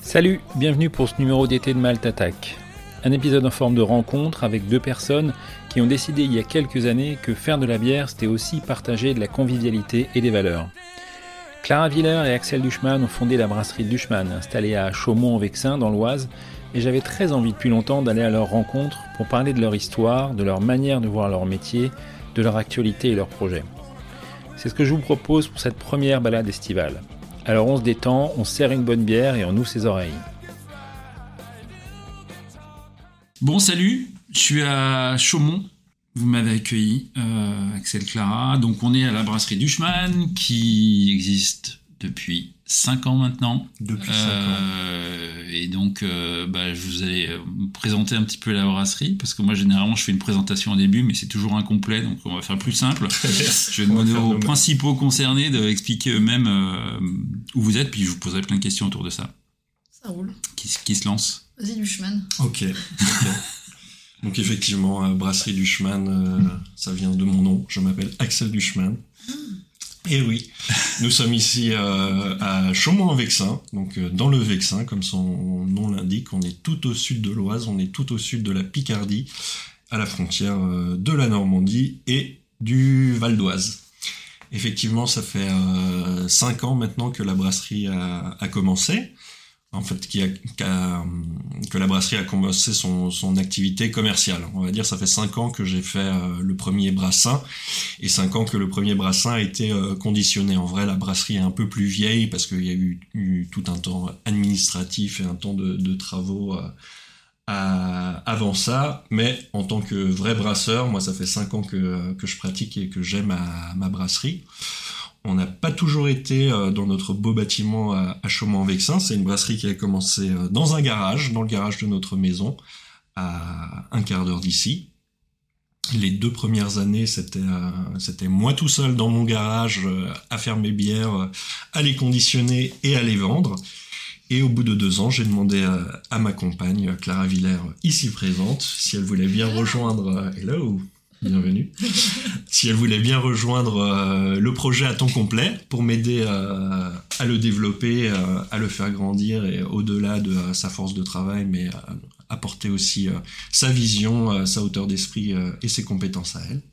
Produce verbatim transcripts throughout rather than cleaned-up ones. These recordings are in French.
Salut, bienvenue pour ce numéro d'été de Malte Attack. Un épisode en forme de rencontre avec deux personnes qui ont décidé il y a quelques années que faire de la bière, c'était aussi partager de la convivialité et des valeurs. Clara Viller et Axel Duchemann ont fondé la brasserie Duchemann, installée à Chaumont-en-Vexin dans l'Oise, et j'avais très envie depuis longtemps d'aller à leur rencontre pour parler de leur histoire, de leur manière de voir leur métier, de leur actualité et leurs projets. C'est ce que je vous propose pour cette première balade estivale. Alors on se détend, on serre une bonne bière et on ouvre ses oreilles. Bon, salut, je suis à Chaumont. Vous m'avez accueilli, euh, Axel, Clara. Donc on est à la brasserie Duchemann qui existe depuis cinq ans maintenant. Depuis euh, cinq ans. Et donc euh, bah, je vous allez me présenter un petit peu la brasserie, parce que moi généralement je fais une présentation au début, mais c'est toujours incomplet, donc on va faire plus simple. Je vais demander aux principaux concernés d'expliquer eux-mêmes euh, où vous êtes, puis je vous poserai plein de questions autour de ça. Ça roule. Qui, qui se lance ? Vas-y, Duchemann. Ok. okay. Donc effectivement, euh, brasserie Duchemann, euh, ça vient de mon nom. Je m'appelle Axel Duchemann. Mm. Et oui, nous sommes ici euh, à Chaumont-en-Vexin, donc euh, dans le Vexin, comme son nom l'indique. On est tout au sud de l'Oise, on est tout au sud de la Picardie, à la frontière euh, de la Normandie et du Val d'Oise. Effectivement, ça fait euh, cinq ans maintenant que la brasserie a, a commencé. En fait, qui a, qui a, que la brasserie a commencé son, son activité commerciale. On va dire, ça fait cinq ans que j'ai fait euh, le premier brassin, et cinq ans que le premier brassin a été euh, conditionné. En vrai, la brasserie est un peu plus vieille, parce qu'il y a eu, eu tout un temps administratif et un temps de, de travaux euh, à, avant ça. Mais en tant que vrai brasseur, moi, ça fait cinq ans que, que je pratique et que j'aime ma, ma brasserie. On n'a pas toujours été dans notre beau bâtiment à Chaumont-en-Vexin. C'est une brasserie qui a commencé dans un garage, dans le garage de notre maison, à un quart d'heure d'ici. Les deux premières années, c'était, c'était moi tout seul dans mon garage à faire mes bières, à les conditionner et à les vendre. Et au bout de deux ans, j'ai demandé à, à ma compagne, Clara Viller, ici présente, si elle voulait bien rejoindre... Hello! Bienvenue. Si elle voulait bien rejoindre euh, le projet à temps complet pour m'aider euh, à le développer, euh, à le faire grandir, et au-delà de euh, sa force de travail, mais euh, apporter aussi euh, sa vision, euh, sa hauteur d'esprit euh, et ses compétences à elle.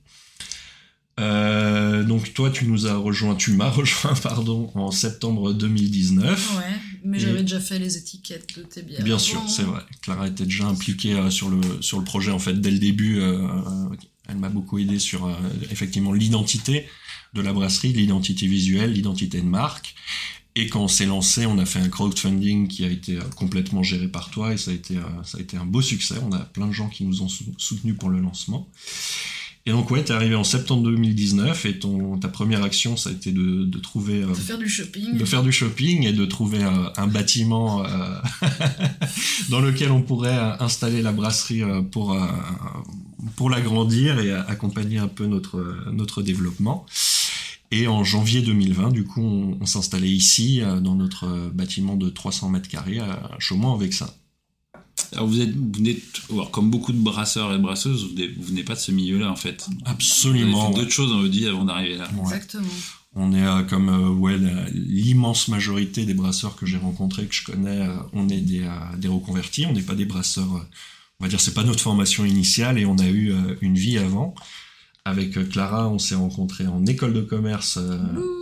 Euh, donc toi, tu nous as rejoint, tu m'as rejoint, pardon, en septembre deux mille dix-neuf. Ouais, mais et j'avais déjà fait les étiquettes de tes bières. Bien avant. sûr, c'est vrai. Clara était déjà impliquée euh, sur le sur le projet en fait dès le début. Euh, Elle m'a beaucoup aidé sur euh, effectivement l'identité de la brasserie, l'identité visuelle, l'identité de marque. Et quand on s'est lancé, on a fait un crowdfunding qui a été euh, complètement géré par toi, et ça a été euh, ça a été un beau succès. On a plein de gens qui nous ont soutenus pour le lancement. Et donc ouais, t'es arrivé en septembre deux mille dix-neuf, et ton ta première action, ça a été de de trouver euh, de faire du shopping, de faire du shopping et de trouver euh, un bâtiment euh, dans lequel on pourrait euh, installer la brasserie euh, pour euh, pour l'agrandir et accompagner un peu notre notre développement. Et en janvier deux mille vingt, du coup, on, on s'installait ici euh, dans notre bâtiment de trois cents mètres carrés à Chaumont-en-Vexin. Alors vous êtes, vous n'êtes, alors comme beaucoup de brasseurs et de brasseuses, vous venez, vous venez pas de ce milieu-là en fait. Absolument. Vous avez fait ouais. d'autres choses dans votre vie avant d'arriver là. Ouais. Exactement. On est euh, comme euh, ouais, la, l'immense majorité des brasseurs que j'ai rencontrés, que je connais, euh, on est des, euh, des reconvertis. On n'est pas des brasseurs, euh, on va dire, c'est pas notre formation initiale, et on a eu euh, une vie avant. Avec euh, Clara, on s'est rencontrés en école de commerce. Euh...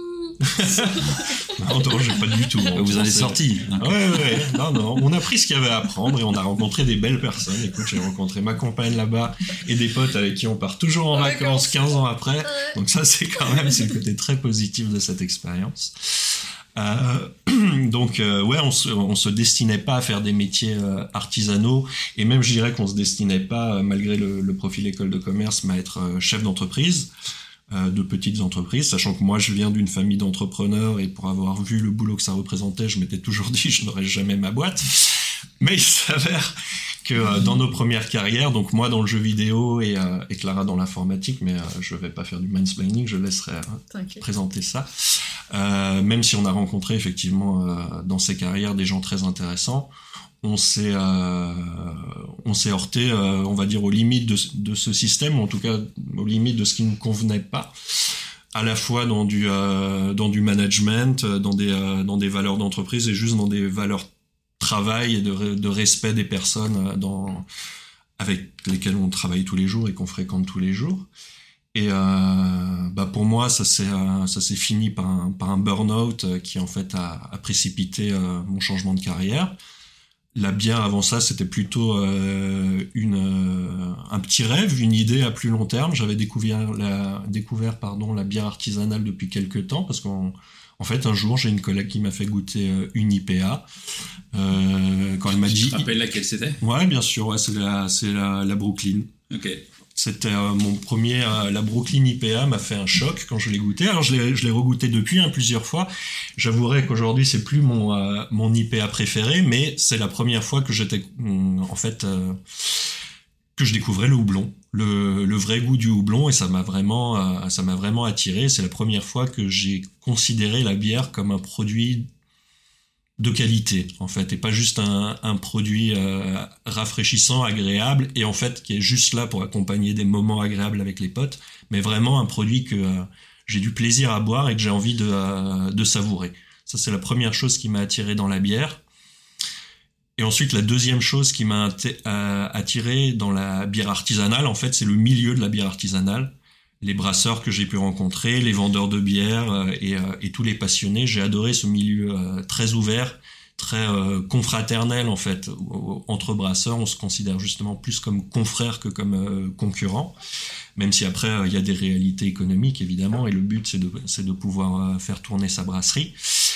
non, non, j'ai pas du tout. Hein, vous en êtes sortis. Ouais, ouais, ouais. Non, non. On a pris ce qu'il y avait à apprendre, et on a rencontré des belles personnes. Écoute, j'ai rencontré ma compagne là-bas et des potes avec qui on part toujours en vacances quinze ans après. Donc ça, c'est quand même, c'est le côté très positif de cette expérience. Euh, donc euh, ouais, on se, on se destinait pas à faire des métiers euh, artisanaux, et même je dirais qu'on se destinait pas, euh, malgré le, le profil école de commerce, à être euh, chef d'entreprise, euh, de petites entreprises, sachant que moi je viens d'une famille d'entrepreneurs, et pour avoir vu le boulot que ça représentait, je m'étais toujours dit je n'aurais jamais ma boîte. Mais il s'avère que euh, dans nos premières carrières, donc moi dans le jeu vidéo et, euh, et Clara dans l'informatique, mais euh, je vais pas faire du mansplaining, je laisserai euh, présenter ça. Euh, même si on a rencontré effectivement euh, dans ces carrières des gens très intéressants, on s'est euh, on s'est heurté, euh, on va dire, aux limites de, de ce système, ou en tout cas aux limites de ce qui nous convenait pas, à la fois dans du euh, dans du management, dans des euh, dans des valeurs d'entreprise, et juste dans des valeurs travail et de, de respect des personnes dans, avec lesquelles on travaille tous les jours et qu'on fréquente tous les jours. Et euh, bah pour moi, ça s'est euh, ça s'est fini par un par un burn-out qui en fait a, a précipité euh, mon changement de carrière. La bière avant ça, c'était plutôt euh, une euh, un petit rêve, une idée à plus long terme. J'avais découvert la découvert pardon la bière artisanale depuis quelques temps parce qu'en en fait un jour j'ai une collègue qui m'a fait goûter une I P A euh, quand elle m'a dit. Tu te rappelles laquelle c'était ? Ouais, bien sûr, ouais, c'est la c'est la la Brooklyn. Ok. C'était euh, mon premier, euh, la Brooklyn I P A m'a fait un choc quand je l'ai goûté. Alors je l'ai, je l'ai regoûté depuis hein, plusieurs fois. J'avouerai qu'aujourd'hui c'est plus mon euh, mon I P A préféré, mais c'est la première fois que j'étais, hum, en fait, euh, que je découvrais le houblon, le le vrai goût du houblon, et ça m'a vraiment, euh, ça m'a vraiment attiré. C'est la première fois que j'ai considéré la bière comme un produit de qualité en fait et pas juste un, un produit euh, rafraîchissant, agréable et en fait qui est juste là pour accompagner des moments agréables avec les potes, mais vraiment un produit que euh, j'ai du plaisir à boire et que j'ai envie de, euh, de savourer. Ça c'est la première chose qui m'a attiré dans la bière. Et ensuite la deuxième chose qui m'a attiré dans la bière artisanale, en fait c'est le milieu de la bière artisanale. Les brasseurs que j'ai pu rencontrer, les vendeurs de bière euh, et, euh, et tous les passionnés. J'ai adoré ce milieu euh, très ouvert, très euh, confraternel en fait. Entre brasseurs, on se considère justement plus comme confrères que comme euh, concurrents, même si après il euh, y a des réalités économiques évidemment, et le but c'est de, c'est de pouvoir euh, faire tourner sa brasserie.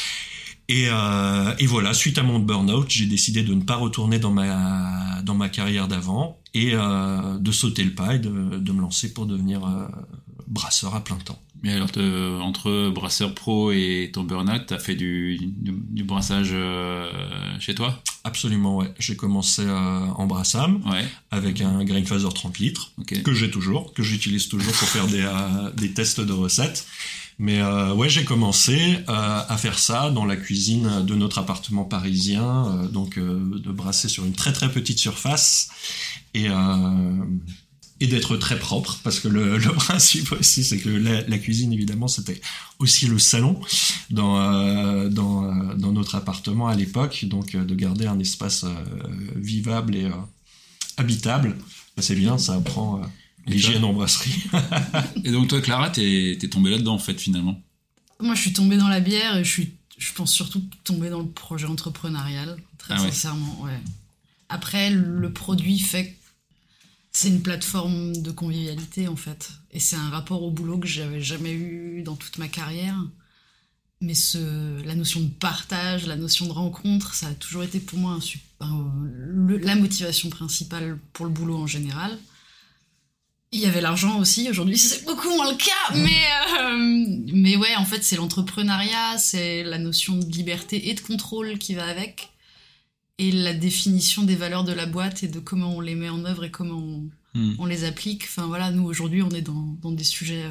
Et, euh, et voilà, suite à mon burn-out, j'ai décidé de ne pas retourner dans ma dans ma carrière d'avant et euh, de sauter le pas et de, de me lancer pour devenir euh, brasseur à plein temps. Mais alors, te, entre brasseur pro et ton burn-out, t'as fait du, du, du brassage euh, chez toi ? Absolument, ouais. J'ai commencé euh, en Brassam ouais. avec un Grainfaser trente litres okay. que j'ai toujours, que j'utilise toujours pour faire des euh, des tests de recettes. Mais euh, ouais, j'ai commencé euh, à faire ça dans la cuisine de notre appartement parisien, euh, donc euh, de brasser sur une très très petite surface et euh, et d'être très propre, parce que le, le principe aussi, c'est que la, la cuisine évidemment c'était aussi le salon dans euh, dans euh, dans notre appartement à l'époque, donc euh, de garder un espace euh, vivable et euh, habitable, ben, c'est bien, ça apprend. Euh, L'hygiène en brasserie. Et donc toi, Clara, t'es, t'es tombée là-dedans, en fait, finalement. Moi, je suis tombée dans la bière et je suis, je pense surtout tombée dans le projet entrepreneurial, très ah sincèrement, ouais. ouais. Après, le produit fait... C'est une plateforme de convivialité, en fait. Et c'est un rapport au boulot que j'avais jamais eu dans toute ma carrière. Mais ce, la notion de partage, la notion de rencontre, ça a toujours été pour moi un, un, le, la motivation principale pour le boulot en général. Il y avait l'argent aussi, aujourd'hui c'est beaucoup moins le cas, mais, euh, mais ouais, en fait c'est l'entrepreneuriat, c'est la notion de liberté et de contrôle qui va avec, et la définition des valeurs de la boîte et de comment on les met en œuvre et comment on, mmh. on les applique. Enfin voilà, nous aujourd'hui on est dans, dans des sujets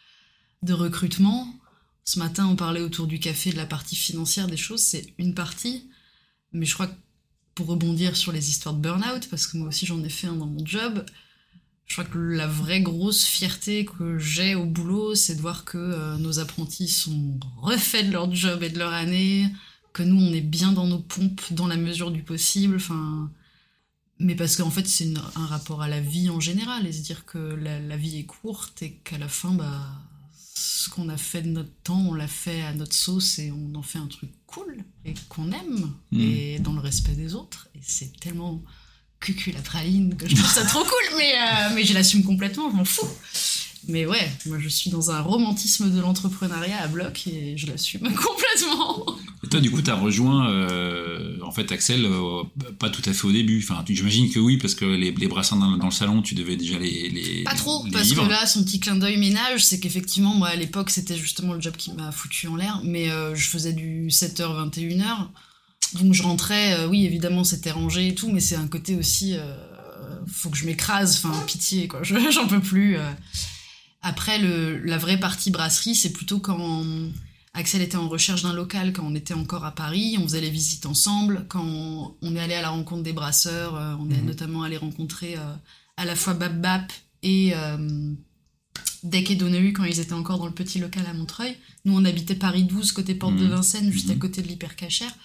de recrutement. Ce matin on parlait autour du café de la partie financière des choses, c'est une partie, mais je crois que pour rebondir sur les histoires de burn-out, parce que moi aussi j'en ai fait un dans mon job, je crois que la vraie grosse fierté que j'ai au boulot, c'est de voir que euh, nos apprentis sont refaits de leur job et de leur année, que nous, on est bien dans nos pompes, dans la mesure du possible. Enfin, mais parce qu'en fait, c'est une, un rapport à la vie en général, et se dire que la, la vie est courte et qu'à la fin, bah, ce qu'on a fait de notre temps, on l'a fait à notre sauce et on en fait un truc cool et qu'on aime, mmh. et dans le respect des autres. Et c'est tellement... cucu la praline, que je trouve ça trop cool, mais, euh, mais je l'assume complètement, je m'en fous. Mais ouais, moi je suis dans un romantisme de l'entrepreneuriat à bloc et je l'assume complètement. Et toi, du coup, t'as rejoint euh, en fait Axel euh, pas tout à fait au début. Enfin, j'imagine que oui, parce que les, les brassins dans, dans le salon, tu devais déjà les les Pas trop, les parce livres. que là, son petit clin d'œil ménage, c'est qu'effectivement, moi à l'époque, c'était justement le job qui m'a foutu en l'air, mais euh, je faisais du sept heures vingt et une heures. Donc je rentrais, euh, oui évidemment c'était rangé et tout, mais c'est un côté aussi, euh, faut que je m'écrase, enfin pitié quoi, je, j'en peux plus. Euh. Après le, la vraie partie brasserie, c'est plutôt quand Axel était en recherche d'un local, quand on était encore à Paris, on faisait les visites ensemble, quand on, on est allé à la rencontre des brasseurs, euh, on est mmh. notamment allé rencontrer euh, à la fois Bap Bap et euh, Deck et Donahue quand ils étaient encore dans le petit local à Montreuil. Nous on habitait Paris douze, côté porte mmh. de Vincennes, juste mmh. à côté de l'Hypercachère.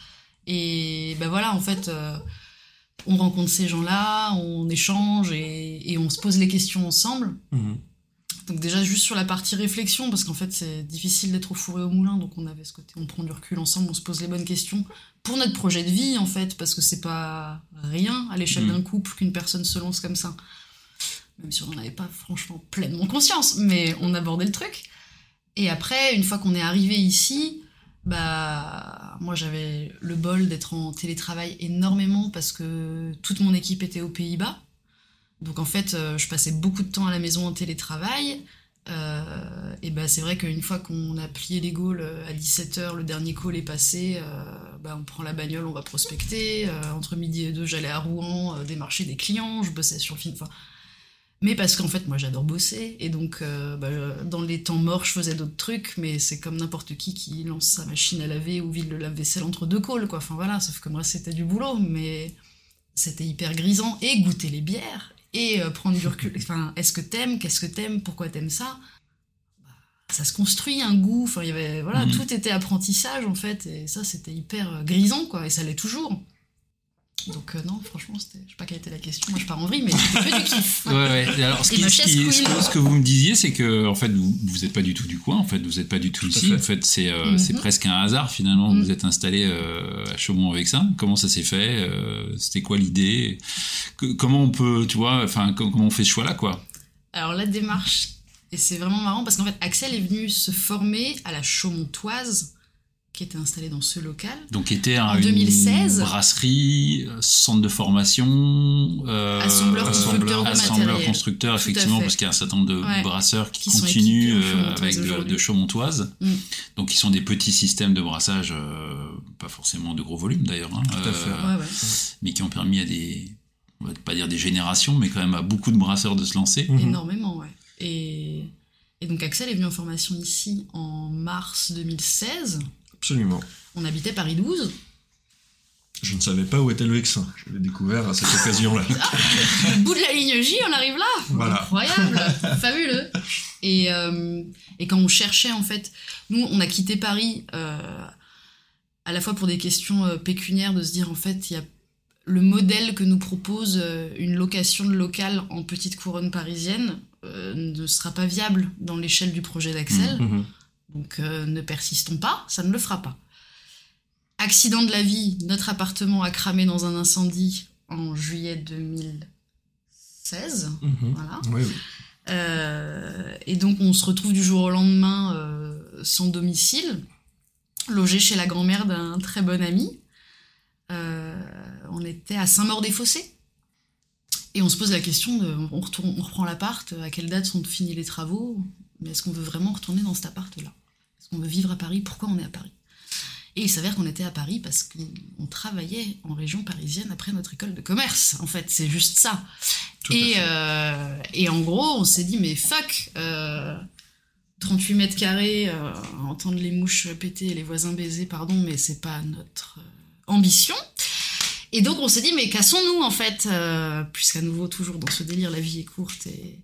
Et ben voilà, en fait, euh, on rencontre ces gens-là, on échange et, et on se pose les questions ensemble. Mmh. Donc déjà, juste sur la partie réflexion, parce qu'en fait, c'est difficile d'être au four et au moulin, donc on avait ce côté, on prend du recul ensemble, on se pose les bonnes questions pour notre projet de vie, en fait, parce que c'est pas rien à l'échelle mmh. d'un couple qu'une personne se lance comme ça. Même si on n'en avait pas franchement pleinement conscience, mais on abordait le truc. Et après, une fois qu'on est arrivé ici, bah, moi j'avais le bol d'être en télétravail énormément parce que toute mon équipe était aux Pays-Bas. Donc en fait, euh, je passais beaucoup de temps à la maison en télétravail. Euh, et bah, c'est vrai qu'une fois qu'on a plié les gaules à dix-sept heures, le dernier call est passé, euh, bah, on prend la bagnole, on va prospecter. Euh, entre midi et deux, j'allais à Rouen euh, démarcher des clients, je bossais sur le film. Enfin, mais parce qu'en fait, moi, j'adore bosser. Et donc, euh, bah, dans les temps morts, je faisais d'autres trucs. Mais c'est comme n'importe qui qui lance sa machine à laver ou vide le lave-vaisselle entre deux calls, quoi. Enfin, voilà, sauf que moi, c'était du boulot. Mais c'était hyper grisant. Et goûter les bières. Et euh, prendre du recul. Enfin, est-ce que t'aimes ? Qu'est-ce que t'aimes ? Pourquoi t'aimes ça ? Bah, ça se construit un goût. Enfin, il y avait... Voilà, mmh. tout était apprentissage, en fait. Et ça, c'était hyper grisant, quoi. Et ça l'est toujours. Donc euh, non, franchement, c'était... je sais pas quelle était la question, moi je pars en vrille, mais c'était que du kiff. Ouais, ouais. Alors, ce, qui, ce, qui, ce, que, ce que vous me disiez, c'est que en fait, vous vous êtes pas du tout du coin, en fait, vous êtes pas du tout, tout ici. En fait, c'est euh, mm-hmm. c'est presque un hasard finalement. Mm-hmm. Vous êtes installé euh, à Chaumont-en-Vexin. Comment ça s'est fait ? euh, C'était quoi l'idée ? que, Comment on peut, tu vois, enfin, comment on fait ce choix-là, quoi ? Alors la démarche, et c'est vraiment marrant parce qu'en fait, Axel est venu se former à la Chaumontoise, qui était installé dans ce local. Donc, qui était un, en deux mille seize. Une brasserie, centre de formation, euh, assembleur, constructeur de assembleur, matériel. constructeur, effectivement, parce qu'il y a un certain nombre de ouais. brasseurs qui, qui continuent euh, avec de, de Chaumontoise. Mm. Donc, ils sont des petits systèmes de brassage, euh, pas forcément de gros volume d'ailleurs, hein, Tout à fait. Euh, ouais, ouais. mais qui ont permis à des, on va pas dire des générations, mais quand même à beaucoup de brasseurs de se lancer. Mm-hmm. Énormément, ouais. Et, et donc, Axel est venu en formation ici en mars deux mille seize. Absolument. On habitait Paris douze. Je ne savais pas où était le Vexin. Je l'ai découvert à cette occasion-là. Au bout de la ligne J, on arrive là. Voilà. Incroyable, fabuleux. Et, euh, et quand on cherchait, en fait, nous, on a quitté Paris euh, à la fois pour des questions euh, pécuniaires, de se dire, en fait, il y a le modèle que nous propose euh, une location de local en petite couronne parisienne euh, ne sera pas viable dans l'échelle du projet d'Axel. Mmh. Donc euh, ne persistons pas, ça ne le fera pas. Accident de la vie, notre appartement a cramé dans un incendie en juillet deux mille seize. Mmh. Voilà. Oui, oui. Euh, et donc on se retrouve du jour au lendemain euh, sans domicile, logé chez la grand-mère d'un très bon ami. Euh, on était à Saint-Maur-des-Fossés. Et on se pose la question de, on, retourne, on reprend l'appart, à quelle date sont finis les travaux ? Mais est-ce qu'on veut vraiment retourner dans cet appart-là ? Est-ce qu'on veut vivre à Paris ? Pourquoi on est à Paris ? Et il s'avère qu'on était à Paris parce qu'on travaillait en région parisienne après notre école de commerce. En fait, c'est juste ça. Et, euh, et en gros, on s'est dit, mais fuck, euh, trente-huit mètres carrés, euh, entendre les mouches péter et les voisins baiser, pardon, mais c'est pas notre euh, ambition. Et donc, on s'est dit, mais cassons-nous, en fait, euh, puisqu'à nouveau, toujours dans ce délire, la vie est courte et...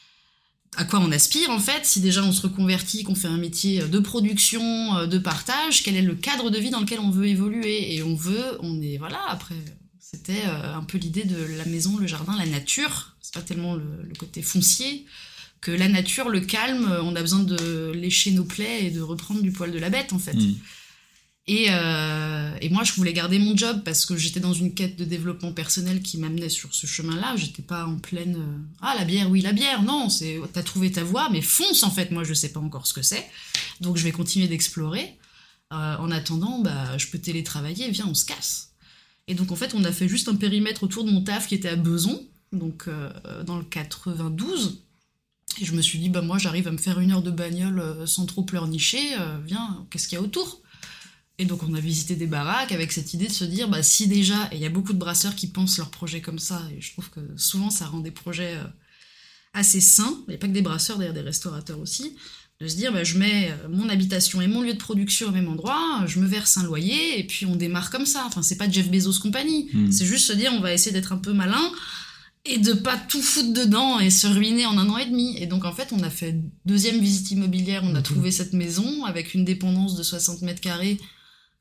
À quoi on aspire, en fait, si déjà on se reconvertit, qu'on fait un métier de production, de partage, quel est le cadre de vie dans lequel on veut évoluer ? Et on veut, on est, voilà, après, c'était un peu l'idée de la maison, le jardin, la nature. C'est pas tellement le, le côté foncier, que la nature, le calme, on a besoin de lécher nos plaies et de reprendre du poil de la bête, en fait. Mmh. Et, euh, et moi, je voulais garder mon job parce que j'étais dans une quête de développement personnel qui m'amenait sur ce chemin-là. J'étais pas en pleine... Euh, ah, la bière, oui, la bière. Non, c'est, t'as trouvé ta voie, mais fonce, en fait. Moi, je sais pas encore ce que c'est. Donc, je vais continuer d'explorer. Euh, en attendant, bah, je peux télétravailler. Viens, on se casse. Et donc, en fait, on a fait juste un périmètre autour de mon taf qui était à Besançon, donc euh, dans le quatre-vingt-douze. Et je me suis dit, bah, moi, j'arrive à me faire une heure de bagnole euh, sans trop pleurnicher. Euh, viens, qu'est-ce qu'il y a autour ? Et donc on a visité des baraques avec cette idée de se dire, bah si déjà, et il y a beaucoup de brasseurs qui pensent leurs projets comme ça, et je trouve que souvent ça rend des projets euh, assez sains, il n'y a pas que des brasseurs, d'ailleurs des restaurateurs aussi, de se dire, bah je mets mon habitation et mon lieu de production au même endroit, je me verse un loyer, et puis on démarre comme ça. Enfin, c'est pas Jeff Bezos compagnie, mmh. c'est juste se dire, on va essayer d'être un peu malin, et de pas tout foutre dedans et se ruiner en un an et demi. Et donc en fait, on a fait deuxième visite immobilière, on a mmh. trouvé cette maison avec une dépendance de soixante mètres carrés,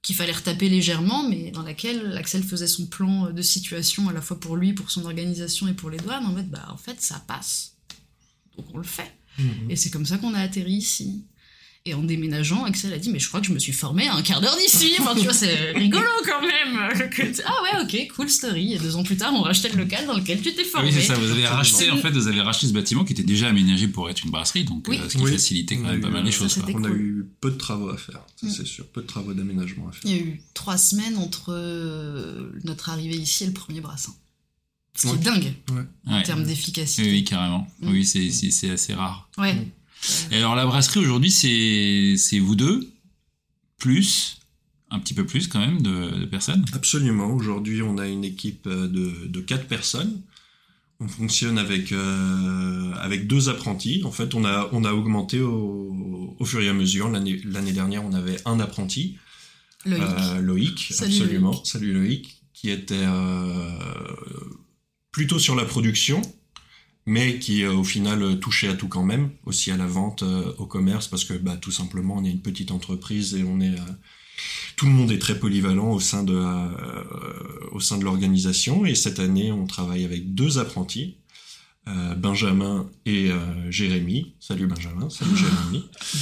qu'il fallait retaper légèrement, mais dans laquelle Axel faisait son plan de situation à la fois pour lui, pour son organisation et pour les douanes. En fait, bah, en fait ça passe. Donc on le fait. Mmh. Et c'est comme ça qu'on a atterri ici. Et en déménageant, Axel a dit « Mais je crois que je me suis formé à un quart d'heure d'ici !» Enfin, tu vois, c'est rigolo quand même. Ah ouais, ok, cool story. Et deux ans plus tard, on rachetait le local dans lequel tu t'es formé. Oui, c'est ça. Vous avez racheté, en fait, vous avez racheté ce bâtiment qui était déjà aménagé pour être une brasserie, donc oui. euh, ce qui oui. facilitait quand même pas mal les choses. On cool. a eu peu de travaux à faire, ça, mmh. c'est sûr. Peu de travaux d'aménagement à faire. Il y a eu trois semaines entre notre arrivée ici et le premier brassin. Ce qui ouais. est dingue ouais. en ouais. termes d'efficacité. Oui, oui carrément. Mmh. Oui, c'est, c'est, c'est assez rare. Ouais. Mmh. Et alors la brasserie aujourd'hui, c'est, c'est vous deux, plus, un petit peu plus quand même de, de personnes. Absolument, aujourd'hui on a une équipe de, de quatre personnes. On fonctionne avec, euh, avec deux apprentis. En fait, on a, on a augmenté au, au fur et à mesure. L'année, l'année dernière, on avait un apprenti. Loïc. Euh, Loïc, Salut absolument. Loïc. Salut Loïc, qui était euh, plutôt sur la production, mais qui euh, au final touchait à tout quand même, aussi à la vente, euh, au commerce, parce que bah, tout simplement on est une petite entreprise et on est euh, tout le monde est très polyvalent au sein de euh, au sein de l'organisation. Et cette année on travaille avec deux apprentis, euh, Benjamin et euh, Jérémy. Salut Benjamin, salut Jérémy.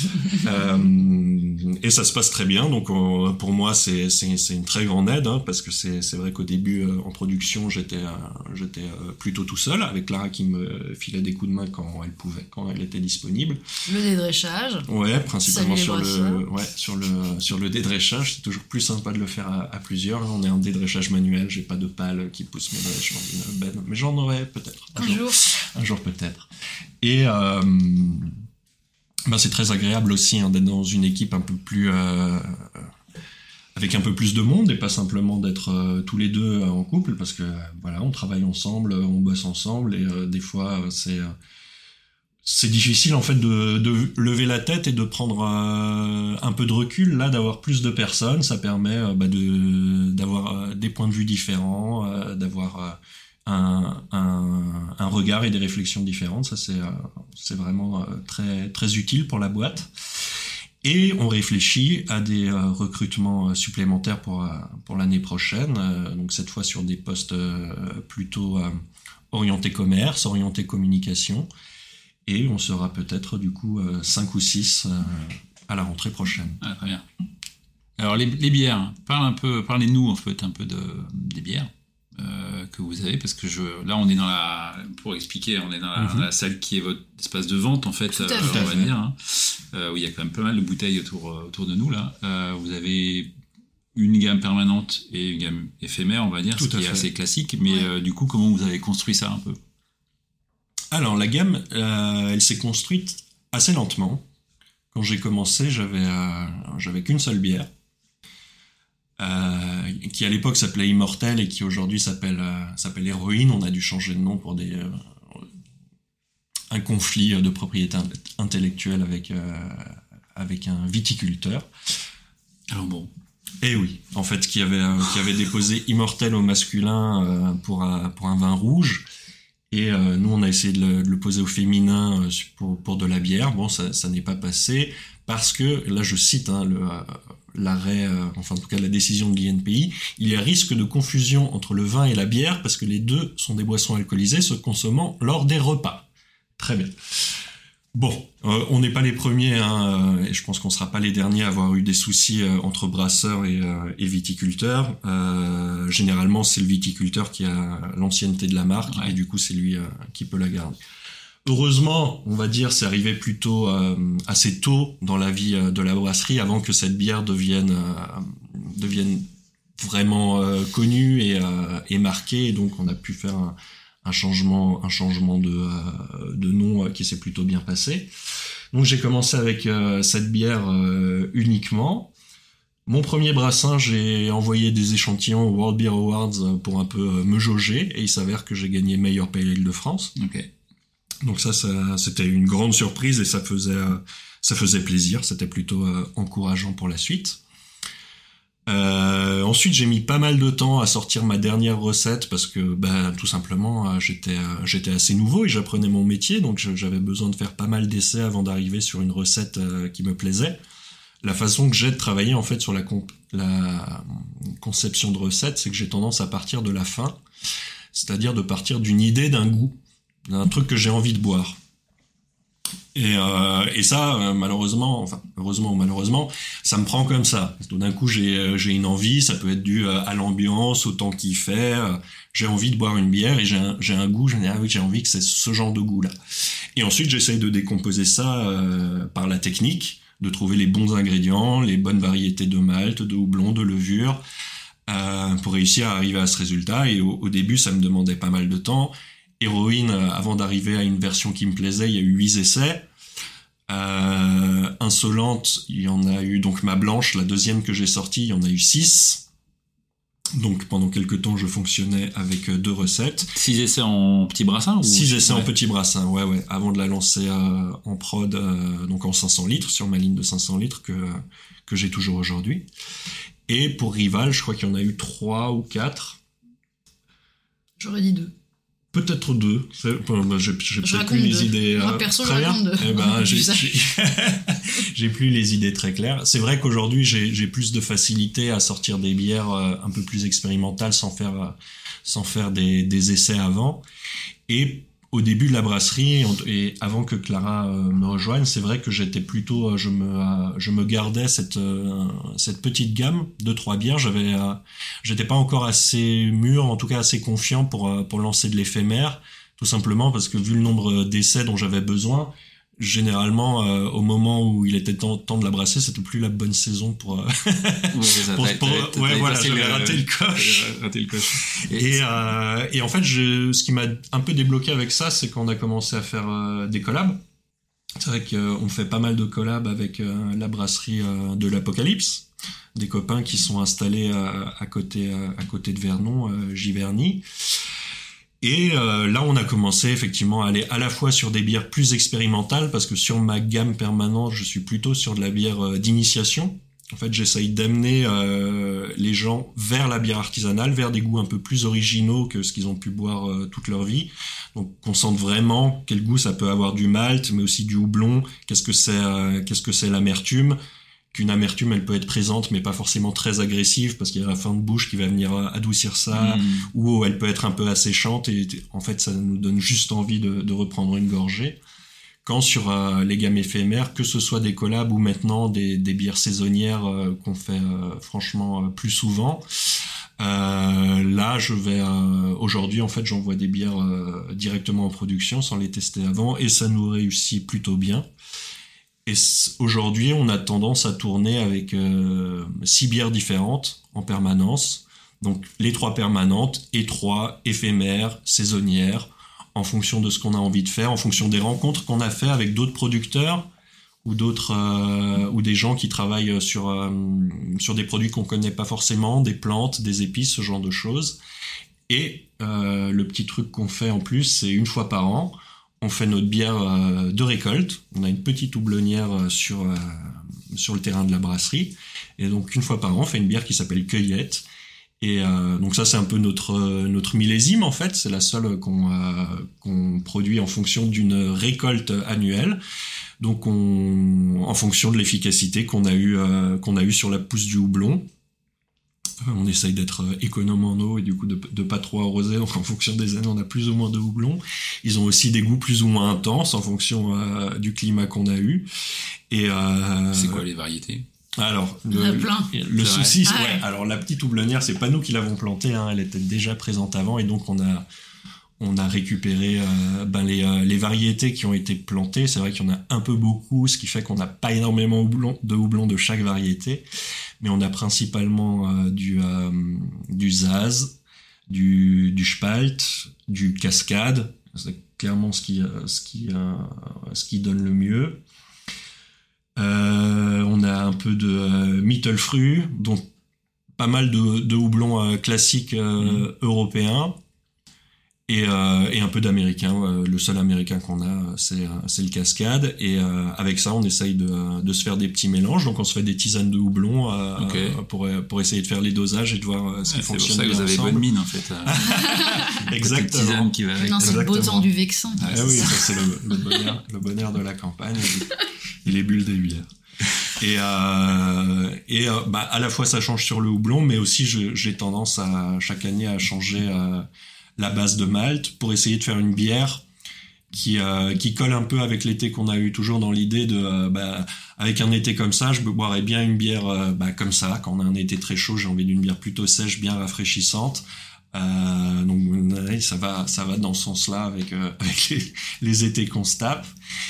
euh, et ça se passe très bien. Donc on, pour moi c'est c'est c'est une très grande aide, hein, parce que c'est c'est vrai qu'au début euh, en production j'étais euh, j'étais euh, plutôt tout seul, avec Clara qui me filait des coups de main quand elle pouvait, quand elle était disponible. Le dédréchage. Ouais, principalement sur le ouais sur le sur le dédréchage. C'est toujours plus sympa de le faire à, à plusieurs. On est en dédréchage manuel. J'ai pas de pale qui pousse mes drèches dans une benne, mais j'en aurai peut-être un, un jour. jour. Un jour peut-être. Et euh, ben c'est très agréable aussi hein, d'être dans une équipe un peu plus euh, avec un peu plus de monde et pas simplement d'être euh, tous les deux euh, en couple, parce que euh, voilà, on travaille ensemble, on bosse ensemble et euh, des fois euh, c'est euh, c'est difficile en fait de, de lever la tête et de prendre euh, un peu de recul. Là, d'avoir plus de personnes, ça permet euh, bah, de d'avoir euh, des points de vue différents, euh, d'avoir euh, Un, un, un regard et des réflexions différentes. Ça c'est, euh, c'est vraiment euh, très, très utile pour la boîte. Et on réfléchit à des euh, recrutements supplémentaires pour, euh, pour l'année prochaine, euh, donc cette fois sur des postes euh, plutôt euh, orientés commerce, orientés communication, et on sera peut-être du coup euh, cinq ou six euh, à la rentrée prochaine. Ah, très bien. Alors les, les bières, parle un peu, parlez-nous en fait un peu de, des bières. Euh, que vous avez, parce que je, là on est dans la, pour expliquer, on est dans la, mm-hmm. dans la salle qui est votre espace de vente en fait, euh, on va dire, hein, euh, où il y a quand même pas mal de bouteilles autour, autour de nous là. Euh, vous avez une gamme permanente et une gamme éphémère, on va dire, Tout ce qui est fait. assez classique, mais ouais. euh, du coup comment vous avez construit ça un peu? Alors la gamme, euh, elle s'est construite assez lentement. Quand j'ai commencé, j'avais, euh, j'avais qu'une seule bière. Euh, qui à l'époque s'appelait Immortel et qui aujourd'hui s'appelle euh, s'appelle Héroïne. On a dû changer de nom pour des euh, un conflit de propriété intellectuelle avec euh, avec un viticulteur. Alors bon. Et oui, en fait, qui avait euh, qui avait déposé Immortel au masculin euh, pour un pour un vin rouge. Et euh, nous, on a essayé de le, de le poser au féminin euh, pour pour de la bière. Bon, ça ça n'est pas passé parce que là, je cite hein, le euh, l'arrêt, euh, enfin en tout cas la décision de l'I N P I, il y a risque de confusion entre le vin et la bière parce que les deux sont des boissons alcoolisées se consommant lors des repas. Très bien. Bon, euh, on n'est pas les premiers, hein, euh, et je pense qu'on sera pas les derniers à avoir eu des soucis euh, entre brasseurs et, euh, et viticulteurs. Euh, généralement, c'est le viticulteur qui a l'ancienneté de la marque, ouais. et du coup, c'est lui euh, qui peut la garder. Heureusement, on va dire, c'est arrivé plutôt euh, assez tôt dans la vie euh, de la brasserie, avant que cette bière devienne euh, devienne vraiment euh, connue et, euh, et marquée. Et donc, on a pu faire un, un changement, un changement de euh, de nom euh, qui s'est plutôt bien passé. Donc, j'ai commencé avec euh, cette bière euh, uniquement. Mon premier brassin, j'ai envoyé des échantillons au World Beer Awards pour un peu euh, me jauger, et il s'avère que j'ai gagné meilleur pale ale de France. Ok. Donc ça, ça, c'était une grande surprise et ça faisait, ça faisait plaisir. C'était plutôt euh, encourageant pour la suite. Euh, ensuite, j'ai mis pas mal de temps à sortir ma dernière recette parce que, bah, tout simplement, j'étais, j'étais assez nouveau et j'apprenais mon métier, donc j'avais besoin de faire pas mal d'essais avant d'arriver sur une recette euh, qui me plaisait. la façon que j'ai de travailler en fait sur la, comp- la conception de recettes, c'est que j'ai tendance à partir de la fin, c'est-à-dire de partir d'une idée, d'un goût, d'un truc que j'ai envie de boire. Et, euh, et ça, euh, malheureusement, enfin heureusement ou malheureusement, ça me prend comme ça. Tout d'un coup, j'ai, euh, j'ai une envie, ça peut être dû euh, à l'ambiance, au temps qu'il fait. Euh, j'ai envie de boire une bière et j'ai un, j'ai un goût. Je me dis, ah oui, j'ai envie que c'est ce genre de goût-là. Et ensuite, j'essaye de décomposer ça euh, par la technique, de trouver les bons ingrédients, les bonnes variétés de malt, de houblon, de levure, euh, pour réussir à arriver à ce résultat. Et au, au début, ça me demandait pas mal de temps. Héroïne, avant d'arriver à une version qui me plaisait, il y a eu huit essais. Euh, Insolente, il y en a eu donc ma blanche, la deuxième que j'ai sortie, il y en a eu six. Donc pendant quelques temps, je fonctionnais avec deux recettes. Six essais en petit brassin ou... Six essais ouais. en petit brassin, ouais, ouais. Avant de la lancer euh, en prod, euh, donc en cinq cents litres, sur ma ligne de cinq cents litres que, que j'ai toujours aujourd'hui. Et pour Rival, je crois qu'il y en a eu trois ou quatre. J'aurais dit deux. Peut-être deux. C'est, bah, j'ai, j'ai peut-être plus deux. les idées. Moi, euh, perso, très je raconte bien. deux. Eh ben, j'ai, j'ai, j'ai plus les idées très claires. C'est vrai qu'aujourd'hui, j'ai, j'ai plus de facilité à sortir des bières euh, un peu plus expérimentales sans faire, euh, sans faire des, des essais avant. Et au début de la brasserie, et avant que Clara euh, me rejoigne, c'est vrai que j'étais plutôt, euh, je me, euh, je me gardais cette, euh, cette petite gamme de trois bières. J'avais, euh, j'étais pas encore assez mûr, en tout cas assez confiant pour, euh, pour lancer de l'éphémère, tout simplement parce que vu le nombre d'essais dont j'avais besoin, généralement, euh, au moment où il était temps, temps de la brasser, c'était plus la bonne saison pour. Euh, ouais, ça, pour, t'as, pour t'as, t'as, ouais, t'as voilà, j'avais le, raté le coche. Raté le coche. Et, euh, et en fait, je, ce qui m'a un peu débloqué avec ça, c'est qu'on a commencé à faire euh, des collabs. C'est vrai qu'on fait pas mal de collabs avec euh, la brasserie euh, de l'Apocalypse, des copains qui sont installés euh, à côté, euh, à côté de Vernon, euh, Giverny. Et euh, là, on a commencé effectivement à aller à la fois sur des bières plus expérimentales, parce que sur ma gamme permanente, je suis plutôt sur de la bière euh, d'initiation. En fait, j'essaye d'amener euh, les gens vers la bière artisanale, vers des goûts un peu plus originaux que ce qu'ils ont pu boire euh, toute leur vie. Donc, qu'on sente vraiment quel goût ça peut avoir du malt, mais aussi du houblon. Qu'est-ce que c'est, euh, qu'est-ce que c'est l'amertume? Qu'une amertume, elle peut être présente, mais pas forcément très agressive, parce qu'il y a la fin de bouche qui va venir adoucir ça, mmh. ou elle peut être un peu asséchante, et en fait, ça nous donne juste envie de, de reprendre une gorgée. Quand sur euh, les gammes éphémères, que ce soit des collabs ou maintenant des, des bières saisonnières euh, qu'on fait euh, franchement euh, plus souvent, euh, là, je vais euh, aujourd'hui, en fait, j'envoie des bières euh, directement en production sans les tester avant, et ça nous réussit plutôt bien. Et aujourd'hui, on a tendance à tourner avec euh, six bières différentes en permanence. Donc, les trois permanentes et trois éphémères, saisonnières, en fonction de ce qu'on a envie de faire, en fonction des rencontres qu'on a fait avec d'autres producteurs ou d'autres euh, ou des gens qui travaillent sur euh, sur des produits qu'on connaît pas forcément, des plantes, des épices, ce genre de choses. Et euh, le petit truc qu'on fait en plus, c'est une fois par an, on fait notre bière euh, de récolte. On a une petite houblonnière euh, sur euh, sur le terrain de la brasserie, et donc une fois par an, on fait une bière qui s'appelle Cueillette. Et euh, donc ça, c'est un peu notre notre millésime en fait. C'est la seule qu'on euh, qu'on produit en fonction d'une récolte annuelle. Donc on en fonction de l'efficacité qu'on a eu euh, qu'on a eu sur la pousse du houblon. On essaye d'être économe en eau et du coup de, de pas trop arroser. Donc en fonction des années, on a plus ou moins de houblon. Ils ont aussi des goûts plus ou moins intenses en fonction euh, du climat qu'on a eu. Et euh, c'est quoi les variétés? Alors, le, le, le souci, c'est, ouais, alors la petite houblonnière, c'est pas nous qui l'avons plantée, hein, elle était déjà présente avant, et donc on a, on a récupéré euh, ben les, euh, les variétés qui ont été plantées. C'est vrai qu'il y en a un peu beaucoup, ce qui fait qu'on n'a pas énormément houblon, de houblon de chaque variété, mais on a principalement euh, du, euh, du Zaz, du, du Spalt, du Cascade, c'est clairement ce qui, euh, ce qui, euh, ce qui donne le mieux. Euh, on a un peu de euh, Mittelfrüh, donc pas mal de, de houblons euh, classiques euh, mmh. européens, et, euh, et un peu d'américain. Euh, le seul américain qu'on a, c'est, c'est le Cascade, et euh, avec ça, on essaye de, de se faire des petits mélanges. Donc on se fait des tisanes de houblon euh, okay. pour, pour essayer de faire les dosages et de voir euh, ce qui ouais, fonctionne bien. C'est pour ça que vous ensemble. avez bonne mine en fait. Exactement. Qui va avec. Non, c'est le beau temps du Vexin. Ah, oui, ça c'est le, le, bonheur, le bonheur de la campagne. Et les bulles des bières. Et, euh, et euh, bah, à la fois ça change sur le houblon, mais aussi je, j'ai tendance à chaque année à changer euh, la base de malt pour essayer de faire une bière qui euh, qui colle un peu avec l'été qu'on a eu, toujours dans l'idée de euh, bah, avec un été comme ça, je boirais bien une bière euh, bah, comme ça. Quand on a un été très chaud, j'ai envie d'une bière plutôt sèche, bien rafraîchissante. Euh, donc ça va ça va dans ce sens-là avec euh, avec les, les étés qu'on se tape.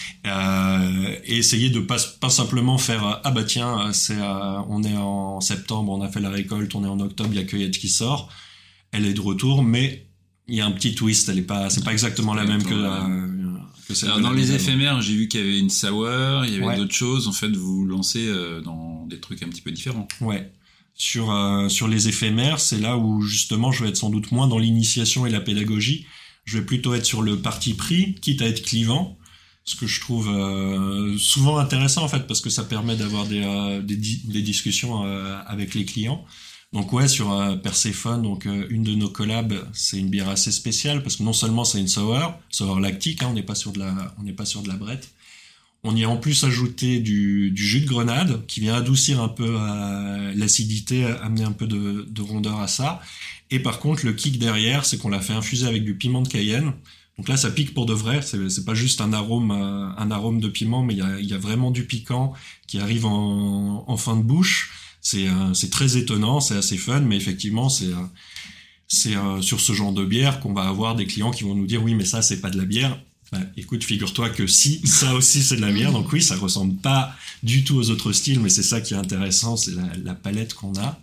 Euh, et essayer de pas pas simplement faire ah bah tiens c'est euh, on est en septembre, on a fait la récolte, on est en octobre, il y a cueillette qui sort, elle est de retour, mais il y a un petit twist, elle est pas c'est pas exactement la même que la, que celle. Alors dans les éphémères, j'ai vu qu'il y avait une sour, il y avait ouais. d'autres choses. En fait, vous vous lancez euh, dans des trucs un petit peu différents. Ouais. Sur euh, sur les éphémères, c'est là où justement je vais être sans doute moins dans l'initiation et la pédagogie. Je vais plutôt être sur le parti pris, quitte à être clivant, ce que je trouve euh, souvent intéressant en fait, parce que ça permet d'avoir des euh, des, des discussions euh, avec les clients. Donc ouais, sur euh, Perséphone, donc euh, une de nos collabs, c'est une bière assez spéciale parce que non seulement c'est une sour, sour lactique, hein, on n'est pas sur de la, on n'est pas sur de la brette. On y a en plus ajouté du, du jus de grenade qui vient adoucir un peu euh, l'acidité, amener un peu de, de rondeur à ça. Et par contre, le kick derrière, c'est qu'on l'a fait infuser avec du piment de Cayenne. Donc là, ça pique pour de vrai. C'est, c'est pas juste un arôme, euh, un arôme de piment, mais il y a, il y a vraiment du piquant qui arrive en, en fin de bouche. C'est, euh, c'est très étonnant, c'est assez fun, mais effectivement, c'est, euh, c'est euh, sur ce genre de bière qu'on va avoir des clients qui vont nous dire oui, mais ça, c'est pas de la bière. Bah, écoute, figure-toi que si, ça aussi, c'est de la bière. Donc oui, ça ressemble pas du tout aux autres styles, mais c'est ça qui est intéressant, c'est la, la palette qu'on a.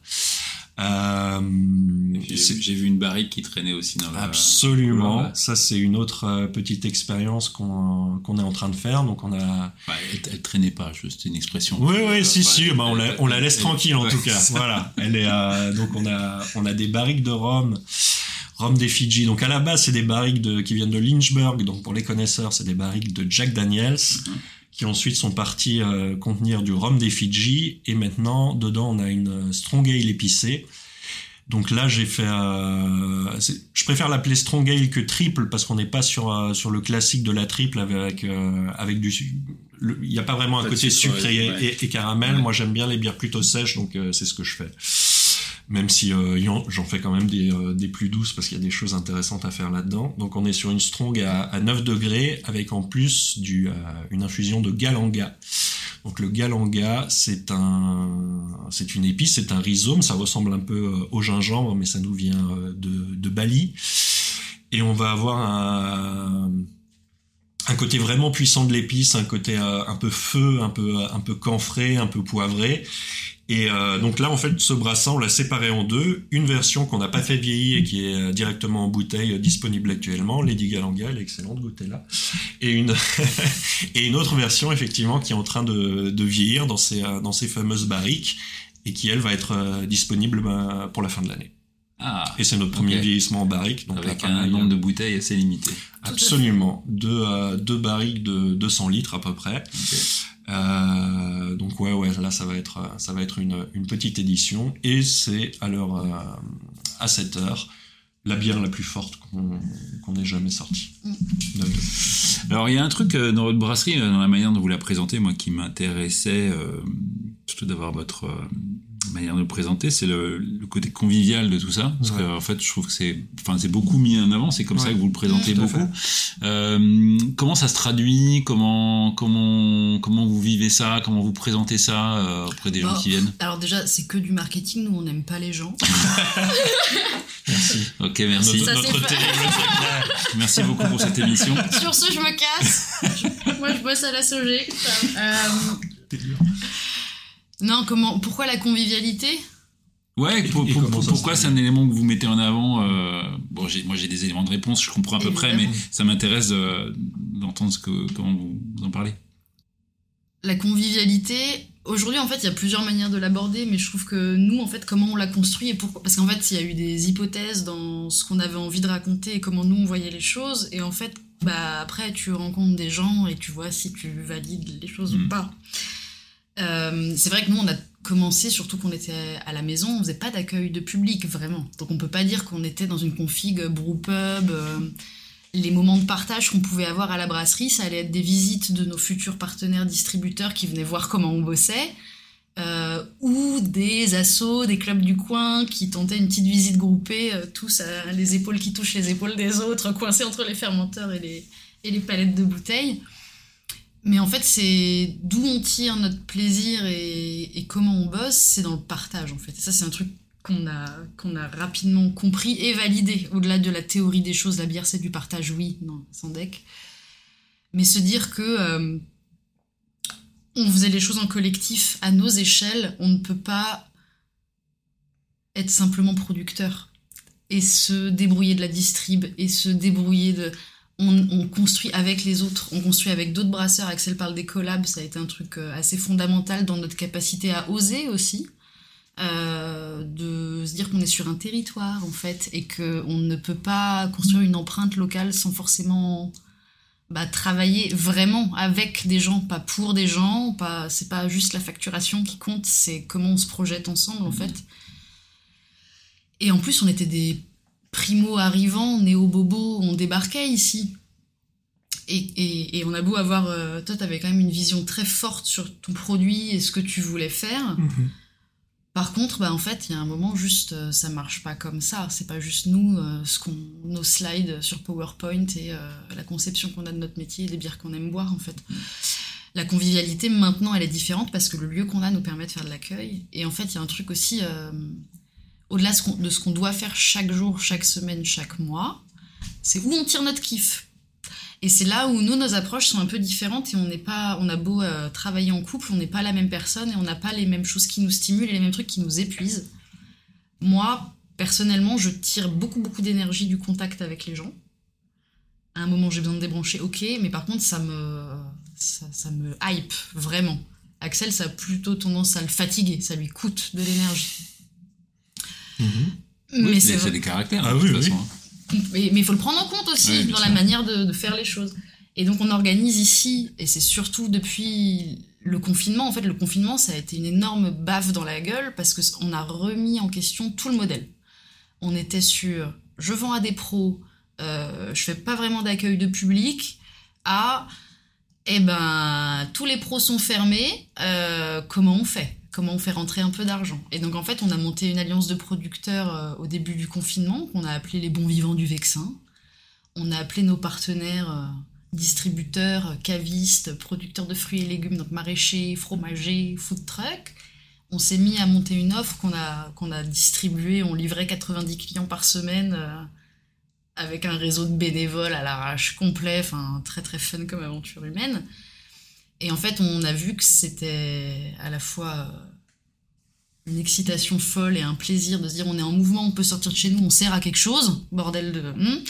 Euh, j'ai, j'ai vu une barrique qui traînait aussi dans la... Absolument. Ouais. Ça, c'est une autre euh, petite expérience qu'on, qu'on est en train de faire. Donc, on a... Bah, elle, elle traînait pas, juste une expression. Oui, oui, euh, si, bah, si. Elle, bah, on, la, on la laisse elle, tranquille, en ouais, tout cas. Ça. Voilà. Elle est, euh, donc, on a, on a des barriques de rhum, rhum des Fidji. Donc, à la base, c'est des barriques de, qui viennent de Lynchburg. Donc, pour les connaisseurs, c'est des barriques de Jack Daniels. Mm-hmm. Qui ensuite sont partis euh, contenir du rhum des Fidji, et maintenant dedans on a une strong ale épicée. Donc là j'ai fait, euh, c'est, je préfère l'appeler strong ale que triple parce qu'on n'est pas sur euh, sur le classique de la triple avec euh, avec du, il y a pas vraiment un pas côté sucre et, ouais. et, et caramel. Ouais. Moi j'aime bien les bières plutôt sèches, donc euh, c'est ce que je fais. Même si euh, j'en fais quand même des, euh, des plus douces parce qu'il y a des choses intéressantes à faire là-dedans. Donc on est sur une strong à, à neuf degrés avec en plus du, euh, une infusion de galanga. Donc le galanga, c'est un, c'est une épice, c'est un rhizome, ça ressemble un peu euh, au gingembre, mais ça nous vient euh, de, de Bali. Et on va avoir un, un côté vraiment puissant de l'épice, un côté euh, un peu feu, un peu, un peu camphré, un peu poivré. Et euh, donc là, en fait, ce brassin, on l'a séparé en deux. Une version qu'on n'a pas fait vieillir et qui est directement en bouteille, euh, disponible actuellement, Lady Galanga, elle est excellente, goûtez-la. Et une et une autre version, effectivement, qui est en train de, de vieillir dans ces dans ces fameuses barriques et qui, elle, va être euh, disponible bah, pour la fin de l'année. Ah, et c'est notre premier okay. vieillissement en barrique. Donc avec là, un nombre de bouteilles assez limité. Absolument. Deux, euh, deux barriques de deux cents litres à peu près. Okay. Euh, donc ouais, ouais, là ça va être, ça va être une, une petite édition et c'est à l'heure, euh, à cette heure, la bière la plus forte qu'on, qu'on ait jamais sortie. Mm. Alors il y a un truc euh, dans votre brasserie, dans la manière dont vous la présentez, moi qui m'intéressait, euh, surtout d'avoir votre euh, manière de le présenter, c'est le, le côté convivial de tout ça, parce ouais. que en fait je trouve que c'est, enfin c'est beaucoup mis en avant, c'est comme ouais. ça que vous le présentez mmh, beaucoup. Euh, comment ça se traduit, comment comment comment vous vivez ça, comment vous présentez ça euh, auprès des bon, gens qui viennent? Alors déjà c'est que du marketing, nous on n'aime pas les gens. Merci. Ok, merci. Notre, notre télé, merci beaucoup pour cette émission. Sur ce, je me casse. Moi je bosse à la Sogé. Euh... T'es dur. Non, comment, pourquoi la convivialité? Ouais, pour, pour, pour, pourquoi c'est un élément que vous mettez en avant euh, Bon, j'ai, moi j'ai des éléments de réponse, je comprends à peu Évidemment. près, mais ça m'intéresse euh, d'entendre ce que, comment vous, vous en parlez. La convivialité, aujourd'hui en fait il y a plusieurs manières de l'aborder, mais je trouve que nous en fait comment on l'a construit et pourquoi, parce qu'en fait il y a eu des hypothèses dans ce qu'on avait envie de raconter et comment nous on voyait les choses, et en fait bah après tu rencontres des gens et tu vois si tu valides les choses mmh. ou pas. Euh, c'est vrai que nous on a commencé, surtout qu'on était à la maison, on faisait pas d'accueil de public vraiment, donc on peut pas dire qu'on était dans une config brewpub. Euh, les moments de partage qu'on pouvait avoir à la brasserie, ça allait être des visites de nos futurs partenaires distributeurs qui venaient voir comment on bossait, euh, ou des assos, des clubs du coin qui tentaient une petite visite groupée, euh, tous à les épaules qui touchent les épaules des autres, coincés entre les fermenteurs et les, et les palettes de bouteilles. Mais en fait, c'est d'où on tire notre plaisir et, et comment on bosse, c'est dans le partage, en fait. Et ça, c'est un truc qu'on a, qu'on a rapidement compris et validé. Au-delà de la théorie des choses, la bière, c'est du partage, oui, non, sans deck. Mais se dire que euh, on faisait les choses en collectif à nos échelles, on ne peut pas être simplement producteur et se débrouiller de la distrib et se débrouiller de... On, on construit avec les autres, on construit avec d'autres brasseurs. Axel parle des collabs, ça a été un truc assez fondamental dans notre capacité à oser aussi, euh, de se dire qu'on est sur un territoire en fait, et qu'on ne peut pas construire une empreinte locale sans forcément bah, travailler vraiment avec des gens, pas pour des gens, pas, c'est pas juste la facturation qui compte, c'est comment on se projette ensemble en fait. Et en plus, on était des primo-arrivants, néo-bobos, on débarquait ici. Et, et, et on a beau avoir... Euh, toi, t'avais quand même une vision très forte sur ton produit et ce que tu voulais faire. Mm-hmm. Par contre, bah, en fait, il y a un moment, juste, euh, ça marche pas comme ça. C'est pas juste nous, euh, ce qu'on, nos slides sur PowerPoint et euh, la conception qu'on a de notre métier et des bières qu'on aime boire, en fait. Mm. La convivialité, maintenant, elle est différente parce que le lieu qu'on a nous permet de faire de l'accueil. Et en fait, il y a un truc aussi... Euh, au-delà de ce qu'on doit faire chaque jour, chaque semaine, chaque mois, c'est où on tire notre kiff. Et c'est là où nous, nos approches sont un peu différentes et on n'est pas, on a beau euh, travailler en couple, on n'est pas la même personne et on n'a pas les mêmes choses qui nous stimulent et les mêmes trucs qui nous épuisent. Moi, personnellement, je tire beaucoup, beaucoup d'énergie du contact avec les gens. À un moment, j'ai besoin de débrancher, ok, mais par contre, ça me, ça, ça me hype, vraiment. Axel, ça a plutôt tendance à le fatiguer, ça lui coûte de l'énergie. Mmh. Mais oui, c'est, c'est des caractères, ah, de toute oui, façon. Oui. Mais il faut le prendre en compte aussi oui, dans sûr. La manière de, de faire les choses. Et donc, on organise ici, et c'est surtout depuis le confinement. En fait, le confinement, ça a été une énorme baffe dans la gueule parce qu'on a remis en question tout le modèle. On était sur « je vends à des pros, euh, je fais pas vraiment d'accueil de public » à « eh ben, tous les pros sont fermés, euh, comment on fait ?» Comment on fait rentrer un peu d'argent. Et donc, en fait, on a monté une alliance de producteurs euh, au début du confinement, qu'on a appelé les bons vivants du Vexin. On a appelé nos partenaires euh, distributeurs, cavistes, producteurs de fruits et légumes, donc maraîchers, fromagers, food truck. On s'est mis à monter une offre qu'on a, qu'on a distribuée. On livrait quatre-vingt-dix clients par semaine euh, avec un réseau de bénévoles à l'arrache complet. Enfin, très, très fun comme aventure humaine. Et en fait, on a vu que c'était à la fois une excitation folle et un plaisir de se dire on est en mouvement, on peut sortir de chez nous, on sert à quelque chose, bordel de... Hum,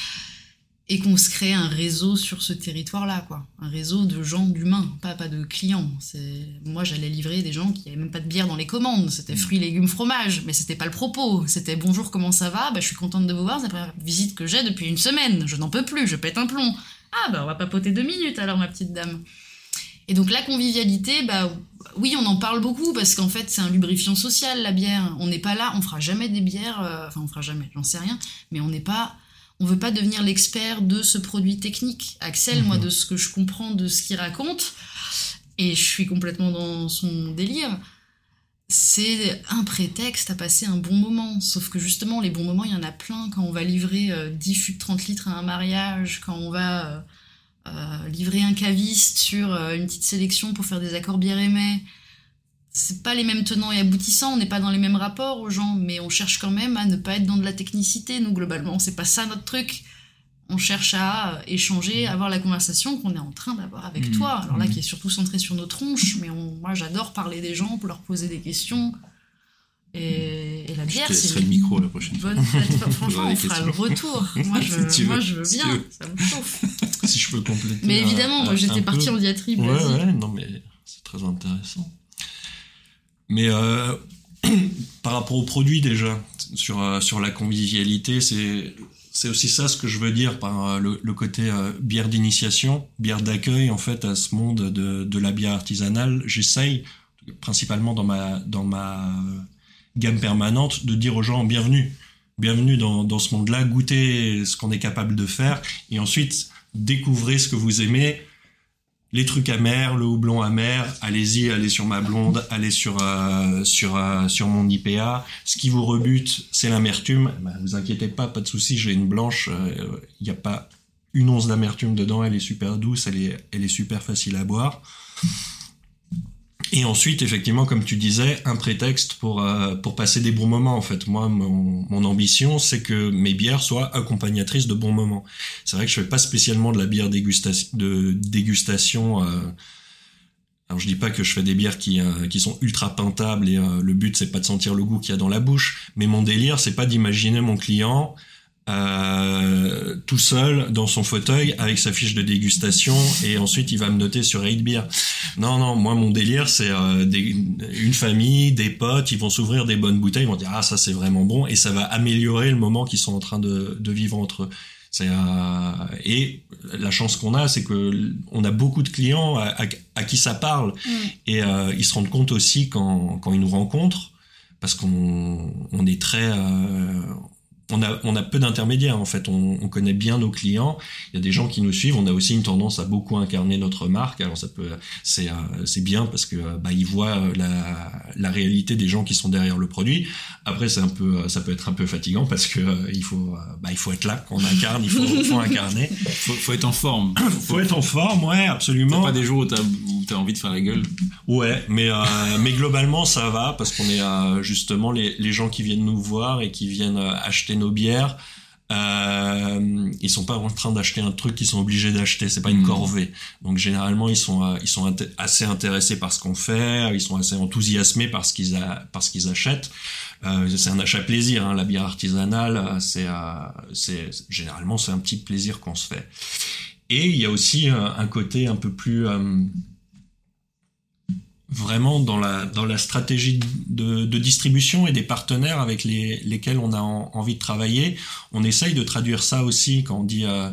et qu'on se crée un réseau sur ce territoire-là, quoi. Un réseau de gens, d'humains, pas, pas de clients. C'est... Moi, j'allais livrer des gens qui n'avaient même pas de bière dans les commandes. C'était fruits, légumes, fromage, mais c'était pas le propos. C'était bonjour, comment ça va ? Bah, je suis contente de vous voir, c'est la première visite que j'ai depuis une semaine. Je n'en peux plus, je pète un plomb. Ah, bah, on va papoter deux minutes alors, ma petite dame. Et donc la convivialité, bah oui, on en parle beaucoup parce qu'en fait c'est un lubrifiant social, la bière. On n'est pas là, on fera jamais des bières, euh, enfin on fera jamais, j'en sais rien, mais on n'est pas, on veut pas devenir l'expert de ce produit technique. Axel, mmh. moi de ce que je comprends de ce qu'il raconte, et je suis complètement dans son délire, c'est un prétexte à passer un bon moment. Sauf que justement les bons moments, il y en a plein quand on va livrer euh, dix fûts de trente litres à un mariage, quand on va... Euh, Euh, livrer un caviste sur euh, une petite sélection pour faire des accords bière et mets. C'est pas les mêmes tenants et aboutissants, on n'est pas dans les mêmes rapports aux gens, mais on cherche quand même à ne pas être dans de la technicité. Nous, globalement, c'est pas ça notre truc. On cherche à échanger, à avoir la conversation qu'on est en train d'avoir avec mmh. toi. Alors là, qui est surtout centrée sur nos tronches, mais on, moi, j'adore parler des gens pour leur poser des questions. Et, et la bière, c'est le micro la prochaine fois. Bonne plateforme. Franchement, on fera le retour. Moi, je, si moi, je veux bien. Si ça me chauffe. Si je peux compléter. Mais évidemment, moi, j'étais partie en diatribe. Ouais, ouais, non, mais c'est très intéressant. Mais euh, par rapport au produit déjà, sur euh, sur la convivialité, c'est c'est aussi ça ce que je veux dire par euh, le, le côté euh, bière d'initiation, bière d'accueil en fait à ce monde de de la bière artisanale. J'essaye principalement dans ma dans ma gamme permanente de dire aux gens bienvenue. bienvenue dans, dans ce monde-là, goûtez ce qu'on est capable de faire, et ensuite, découvrez ce que vous aimez. Les trucs amers, le houblon amer, allez-y, allez sur ma blonde, allez sur euh, sur euh, sur mon I P A. Ce qui vous rebute, c'est l'amertume. Bah, vous inquiétez pas, pas de souci, j'ai une blanche. Il euh, y a pas une once d'amertume dedans. Elle est super douce, elle est elle est super facile à boire. Et ensuite, effectivement, comme tu disais, un prétexte pour euh, pour passer des bons moments. En fait, moi, mon, mon ambition, c'est que mes bières soient accompagnatrices de bons moments. C'est vrai que je fais pas spécialement de la bière dégustation. De dégustation euh... Alors, je dis pas que je fais des bières qui euh, qui sont ultra pintables et euh, le but c'est pas de sentir le goût qu'il y a dans la bouche. Mais mon délire, c'est pas d'imaginer mon client Euh, tout seul dans son fauteuil avec sa fiche de dégustation et ensuite il va me noter sur eight beer. Non, non, moi mon délire c'est euh, des, une famille, des potes, ils vont s'ouvrir des bonnes bouteilles, ils vont dire ah ça c'est vraiment bon et ça va améliorer le moment qu'ils sont en train de, de vivre entre eux. C'est, euh, et la chance qu'on a, c'est que on a beaucoup de clients à, à, à qui ça parle mmh. et euh, ils se rendent compte aussi quand, quand ils nous rencontrent parce qu'on on est très euh, On a, on a peu d'intermédiaires en fait, on, on connaît bien nos clients, il y a des gens qui nous suivent, on a aussi une tendance à beaucoup incarner notre marque, alors ça peut, c'est, euh, c'est bien parce que bah, ils voient la, la réalité des gens qui sont derrière le produit. Après c'est un peu, ça peut être un peu fatigant parce que euh, il faut, bah, il faut être là quand on incarne, il faut, faut incarner. Faut, faut être en forme. Faut, faut être en forme, ouais, absolument. T'as pas des jours où t'as, où t'as envie de faire la gueule. Ouais, mais euh, mais globalement ça va parce qu'on est euh, justement les les gens qui viennent nous voir et qui viennent acheter nos bières, euh, ils sont pas en train d'acheter un truc qu'ils sont obligés d'acheter, c'est pas une mmh. corvée. Donc généralement ils sont euh, ils sont int- assez intéressés par ce qu'on fait, ils sont assez enthousiasmés par ce qu'ils a, par ce qu'ils achètent. Euh, c'est un achat plaisir, hein, la bière artisanale, c'est euh, c'est généralement c'est un petit plaisir qu'on se fait. Et il y a aussi euh, un côté un peu plus euh, vraiment dans la dans la stratégie de, de distribution et des partenaires avec les, lesquels on a en, envie de travailler, on essaye de traduire ça aussi quand on dit euh,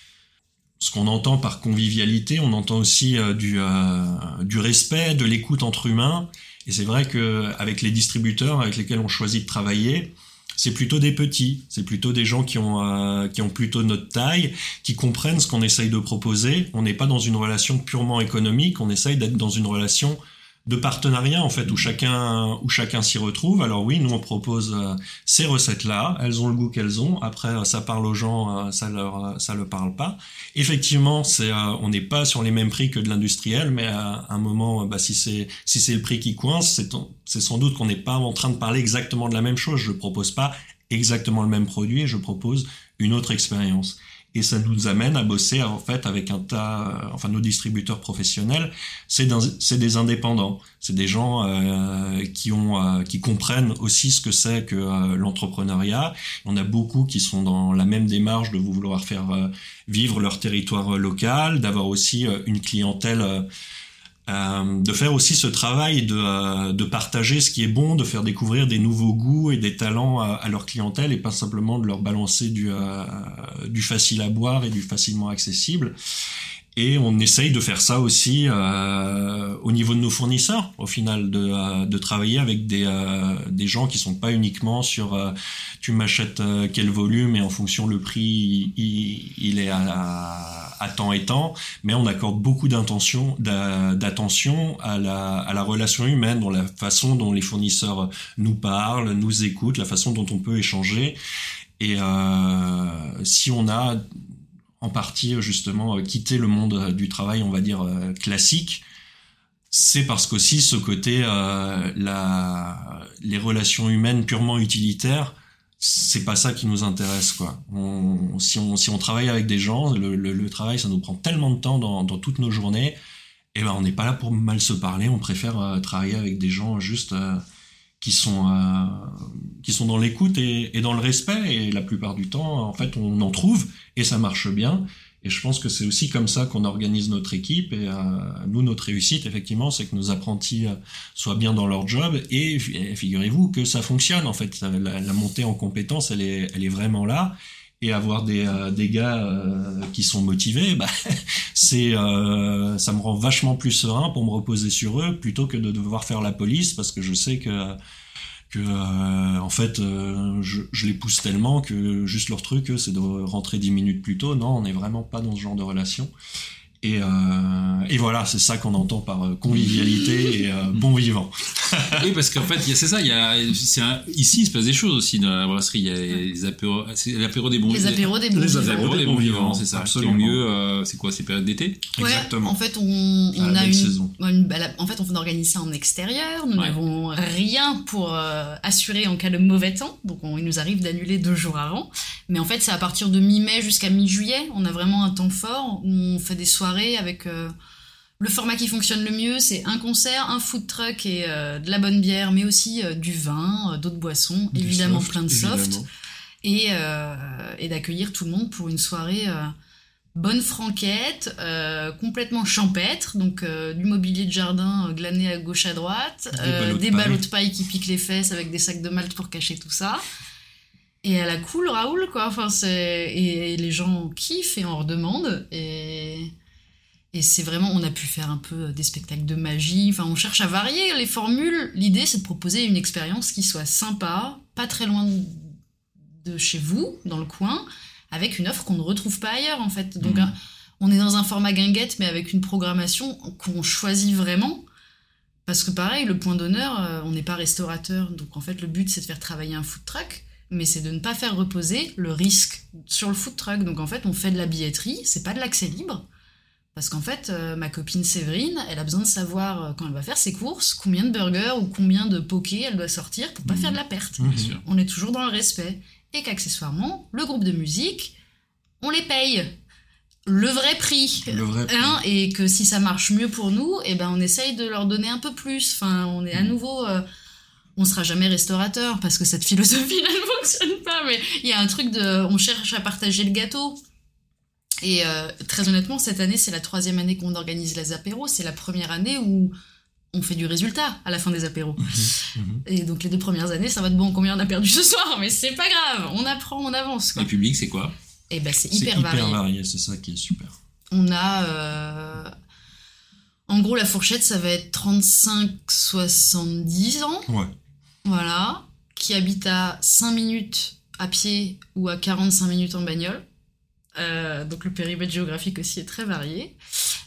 ce qu'on entend par convivialité, on entend aussi euh, du euh, du respect, de l'écoute entre humains. Et c'est vrai que avec les distributeurs avec lesquels on choisit de travailler, c'est plutôt des petits, c'est plutôt des gens qui ont euh, qui ont plutôt notre taille, qui comprennent ce qu'on essaye de proposer. On n'est pas dans une relation purement économique, on essaye d'être dans une relation de partenariat en fait où chacun où chacun s'y retrouve. Alors oui, nous on propose euh, ces recettes là, elles ont le goût qu'elles ont. Après ça parle aux gens, euh, ça leur ça leur parle pas. Effectivement, c'est euh, on n'est pas sur les mêmes prix que de l'industriel, mais à un moment bah si c'est si c'est le prix qui coince, c'est c'est sans doute qu'on n'est pas en train de parler exactement de la même chose. Je propose pas exactement le même produit, je propose une autre expérience. Et ça nous amène à bosser en fait avec un tas, enfin nos distributeurs professionnels, c'est, c'est des indépendants, c'est des gens euh, qui ont, euh, qui comprennent aussi ce que c'est que euh, l'entrepreneuriat. On a beaucoup qui sont dans la même démarche de vouloir faire euh, vivre leur territoire local, d'avoir aussi euh, une clientèle. Euh, Euh, de faire aussi ce travail de, euh, de partager ce qui est bon, de faire découvrir des nouveaux goûts et des talents à, à leur clientèle et pas simplement de leur balancer du, euh, du facile à boire et du facilement accessible. Et on essaye de faire ça aussi euh, au niveau de nos fournisseurs, au final, de, euh, de travailler avec des, euh, des gens qui sont pas uniquement sur euh, tu m'achètes euh, quel volume et en fonction le prix il, il est à, à temps et temps, mais on accorde beaucoup d'intention, d'attention à la, à la relation humaine, dans la façon dont les fournisseurs nous parlent, nous écoutent, la façon dont on peut échanger. Et euh, si on a en partie justement quitter le monde du travail, on va dire euh, classique, c'est parce qu'aussi ce côté euh, la les relations humaines purement utilitaires, c'est pas ça qui nous intéresse quoi. On, si on si on travaille avec des gens, le, le, le travail ça nous prend tellement de temps dans dans toutes nos journées, et ben on n'est pas là pour mal se parler, on préfère euh, travailler avec des gens juste euh, qui sont euh, qui sont dans l'écoute et, et dans le respect, et la plupart du temps en fait on en trouve et ça marche bien. Et je pense que c'est aussi comme ça qu'on organise notre équipe. Et euh, nous, notre réussite, effectivement, c'est que nos apprentis euh, soient bien dans leur job. Et, et figurez-vous que ça fonctionne. En fait, la, la montée en compétences, elle est, elle est vraiment là. Et avoir des, euh, des gars euh, qui sont motivés, bah, c'est, euh, ça me rend vachement plus serein pour me reposer sur eux plutôt que de devoir faire la police, parce que je sais que que euh, en fait euh, je, je les pousse tellement que juste leur truc c'est de rentrer dix minutes plus tôt. Non, on n'est vraiment pas dans ce genre de relation. Et, euh, et voilà, c'est ça qu'on entend par convivialité et euh, bon vivant. Oui, parce qu'en fait, c'est ça. Il y a, c'est un, ici, il se passe des choses aussi dans la brasserie. Il y a les apéros, c'est l'apéro des bons vivants. Les apéros des bons les vivants. Les apéros des bons vivants, c'est ça. Absolument. Qui ont lieu, euh, c'est quoi, c'est période d'été? Ouais, exactement. En fait, on, on a une, saison. une en fait, on organise ça en extérieur. Nous ouais. n'avons rien pour euh, assurer en cas de mauvais temps. Donc, on, il nous arrive d'annuler deux jours avant. Mais en fait, c'est à partir de mi-mai jusqu'à mi-juillet. On a vraiment un temps fort où on fait des soirées avec euh, le format qui fonctionne le mieux. C'est un concert, un food truck et euh, de la bonne bière, mais aussi euh, du vin, euh, d'autres boissons, du évidemment soft, plein de soft. Évidemment. Et, euh, et d'accueillir tout le monde pour une soirée euh, bonne franquette, euh, complètement champêtre. Donc, euh, du mobilier de jardin euh, glané à gauche à droite, des, euh, ballots, des de ballots de paille qui piquent les fesses avec des sacs de malt pour cacher tout ça. Et à la cool, Raoul, quoi. Enfin, c'est... Et les gens kiffent et en redemandent. Et... et c'est vraiment... On a pu faire un peu des spectacles de magie. Enfin, on cherche à varier les formules. L'idée, c'est de proposer une expérience qui soit sympa, pas très loin de chez vous, dans le coin, avec une offre qu'on ne retrouve pas ailleurs, en fait. Donc, mmh. un... on est dans un format guinguette, mais avec une programmation qu'on choisit vraiment. Parce que pareil, le point d'honneur, on n'est pas restaurateur. Donc, en fait, le but, c'est de faire travailler un food truck. Mais c'est de ne pas faire reposer le risque sur le food truck. Donc en fait, on fait de la billetterie, c'est pas de l'accès libre. Parce qu'en fait, euh, ma copine Séverine, elle a besoin de savoir, euh, quand elle va faire ses courses, combien de burgers ou combien de pokés elle doit sortir pour pas mmh. faire de la perte. Bien sûr. On est toujours dans le respect. Et qu'accessoirement, le groupe de musique, on les paye. Le vrai prix. Le vrai prix. Hein, et que si ça marche mieux pour nous, eh ben on essaye de leur donner un peu plus. Enfin, on est à nouveau... Euh, on sera jamais restaurateur parce que cette philosophie là ne fonctionne pas, mais il y a un truc de on cherche à partager le gâteau. Et euh, très honnêtement, cette année c'est la troisième année qu'on organise les apéros, c'est la première année où on fait du résultat à la fin des apéros. Mmh, mmh. Et donc les deux premières années ça va de bon combien on a perdu ce soir, mais c'est pas grave, on apprend, on avance, quoi. Le public c'est quoi? Et ben c'est, c'est hyper, hyper varié. varié, c'est ça qui est super. On a euh... en gros la fourchette ça va être trente-cinq soixante-dix ans. Ouais. Voilà, qui habite à cinq minutes à pied ou à quarante-cinq minutes en bagnole. Euh, donc le périmètre géographique aussi est très varié.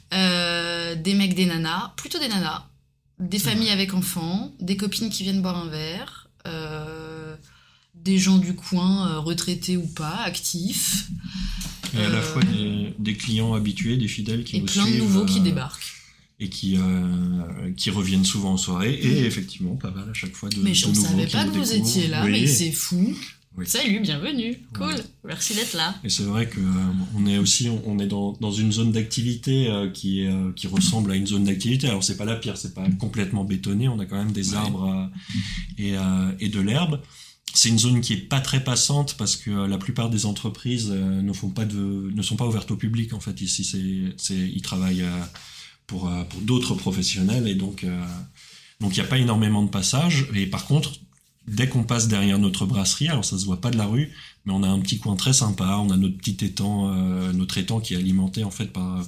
Euh, des mecs, des nanas, plutôt des nanas. Des familles avec enfants, des copines qui viennent boire un verre, euh, des gens du coin, euh, retraités ou pas, actifs. Et à la euh, fois des, des clients habitués, des fidèles qui et vous plein suivent. de nouveaux euh, qui débarquent. Et qui, euh, qui reviennent souvent en soirée, et effectivement, pas mal à chaque fois de, mais je de ne nouveaux savais qui pas nous que vous découvrent. étiez là, oui. mais c'est fou. Oui. Salut, bienvenue, cool, ouais. Merci d'être là. Et c'est vrai que euh, on est aussi, on est dans, dans une zone d'activité euh, qui, est, euh, qui ressemble à une zone d'activité. Alors c'est pas la pire, c'est pas complètement bétonné, on a quand même des ouais. arbres euh, et, euh, et de l'herbe. C'est une zone qui est pas très passante parce que euh, la plupart des entreprises euh, ne font pas de, ne sont pas ouvertes au public en fait. Ici, c'est, c'est ils travaillent euh, pour euh, pour d'autres professionnels et donc euh, donc il y a pas énormément de passages. Et par contre, dès qu'on passe derrière notre brasserie, alors ça se voit pas de la rue, mais on a un petit coin très sympa. On a notre petit étang, euh, notre étang qui est alimenté en fait par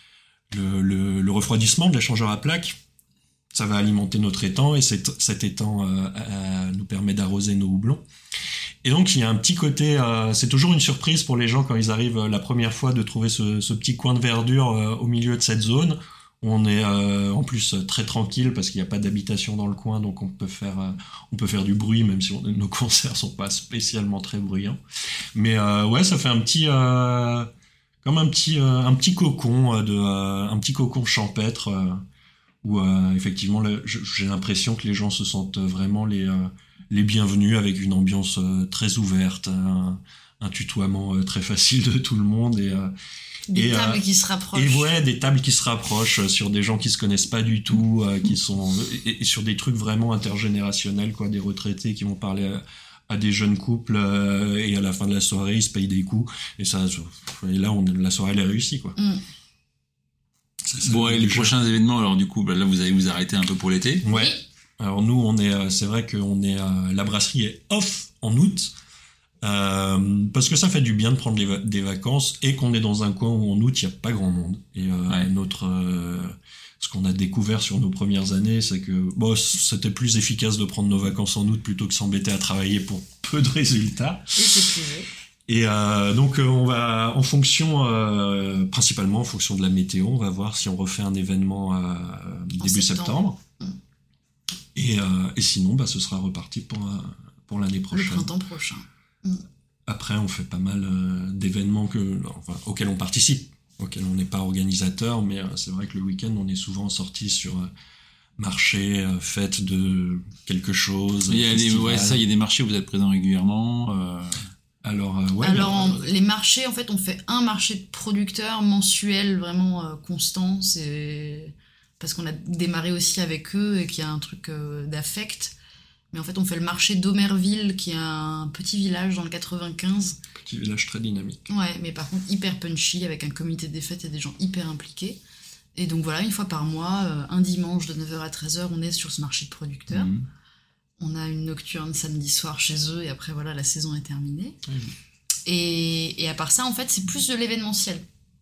le, le, le refroidissement de l'échangeur à plaques. Ça va alimenter notre étang et cet, cet étang euh, euh, nous permet d'arroser nos houblons. Et donc il y a un petit côté, euh, c'est toujours une surprise pour les gens quand ils arrivent euh, la première fois de trouver ce, ce petit coin de verdure euh, au milieu de cette zone. On est euh, en plus très tranquille parce qu'il n'y a pas d'habitation dans le coin, donc on peut faire euh, on peut faire du bruit même si on, nos concerts sont pas spécialement très bruyants. Mais euh, ouais, ça fait un petit euh, comme un petit euh, un petit cocon euh, de euh, un petit cocon champêtre. Euh, où euh, effectivement le, j'ai l'impression que les gens se sentent vraiment les euh, les bienvenus avec une ambiance euh, très ouverte, un, un tutoiement euh, très facile de tout le monde et euh, des et, tables euh, qui se rapprochent. Et ouais, des tables qui se rapprochent sur des gens qui se connaissent pas du tout, euh, qui sont et, et sur des trucs vraiment intergénérationnels quoi, des retraités qui vont parler à, à des jeunes couples euh, et à la fin de la soirée ils se payent des coups et ça et là on la soirée elle est réussie quoi. Mm. Bon, et les jeu. Prochains événements, alors du coup, bah, là, vous allez vous arrêter un peu pour l'été. Ouais. Alors nous, on est, c'est vrai qu'on est, la brasserie est off en août, euh, parce que ça fait du bien de prendre les va- des vacances et qu'on est dans un coin où en août il y a pas grand monde. Et euh, ouais. notre, euh, ce qu'on a découvert sur nos premières années, c'est que bon, c'était plus efficace de prendre nos vacances en août plutôt que s'embêter à travailler pour peu de résultats. Et s'épuiser. Et euh, donc euh, on va en fonction, euh, principalement en fonction de la météo, on va voir si on refait un événement euh, début septembre. septembre. Et, euh, et sinon, bah, ce sera reparti pour, euh, pour l'année prochaine. Le printemps prochain. Mm. Après, on fait pas mal euh, d'événements que, enfin, auxquels on participe, auxquels on n'est pas organisateur, mais euh, c'est vrai que le week-end, on est souvent sorti sur euh, marché, euh, fête de quelque chose. Il y a des, ouais, ça, il y a des marchés où vous êtes présents régulièrement. Euh... Alors, euh, ouais. Alors, en, euh, les marchés, en fait, on fait un marché de producteurs mensuel vraiment euh, constant. C'est parce qu'on a démarré aussi avec eux et qu'il y a un truc euh, d'affect. Mais en fait, on fait le marché d'Omerville, qui est un petit village dans le quatre-vingt-quinze. Petit village très dynamique. Ouais, mais par contre hyper punchy, avec un comité des fêtes et des gens hyper impliqués. Et donc voilà, une fois par mois, euh, un dimanche de neuf heures à treize heures, on est sur ce marché de producteurs. Mmh. On a une nocturne samedi soir chez eux, et après voilà, la saison est terminée. Mmh. Et, et à part ça, en fait, c'est plus de l'événementiel.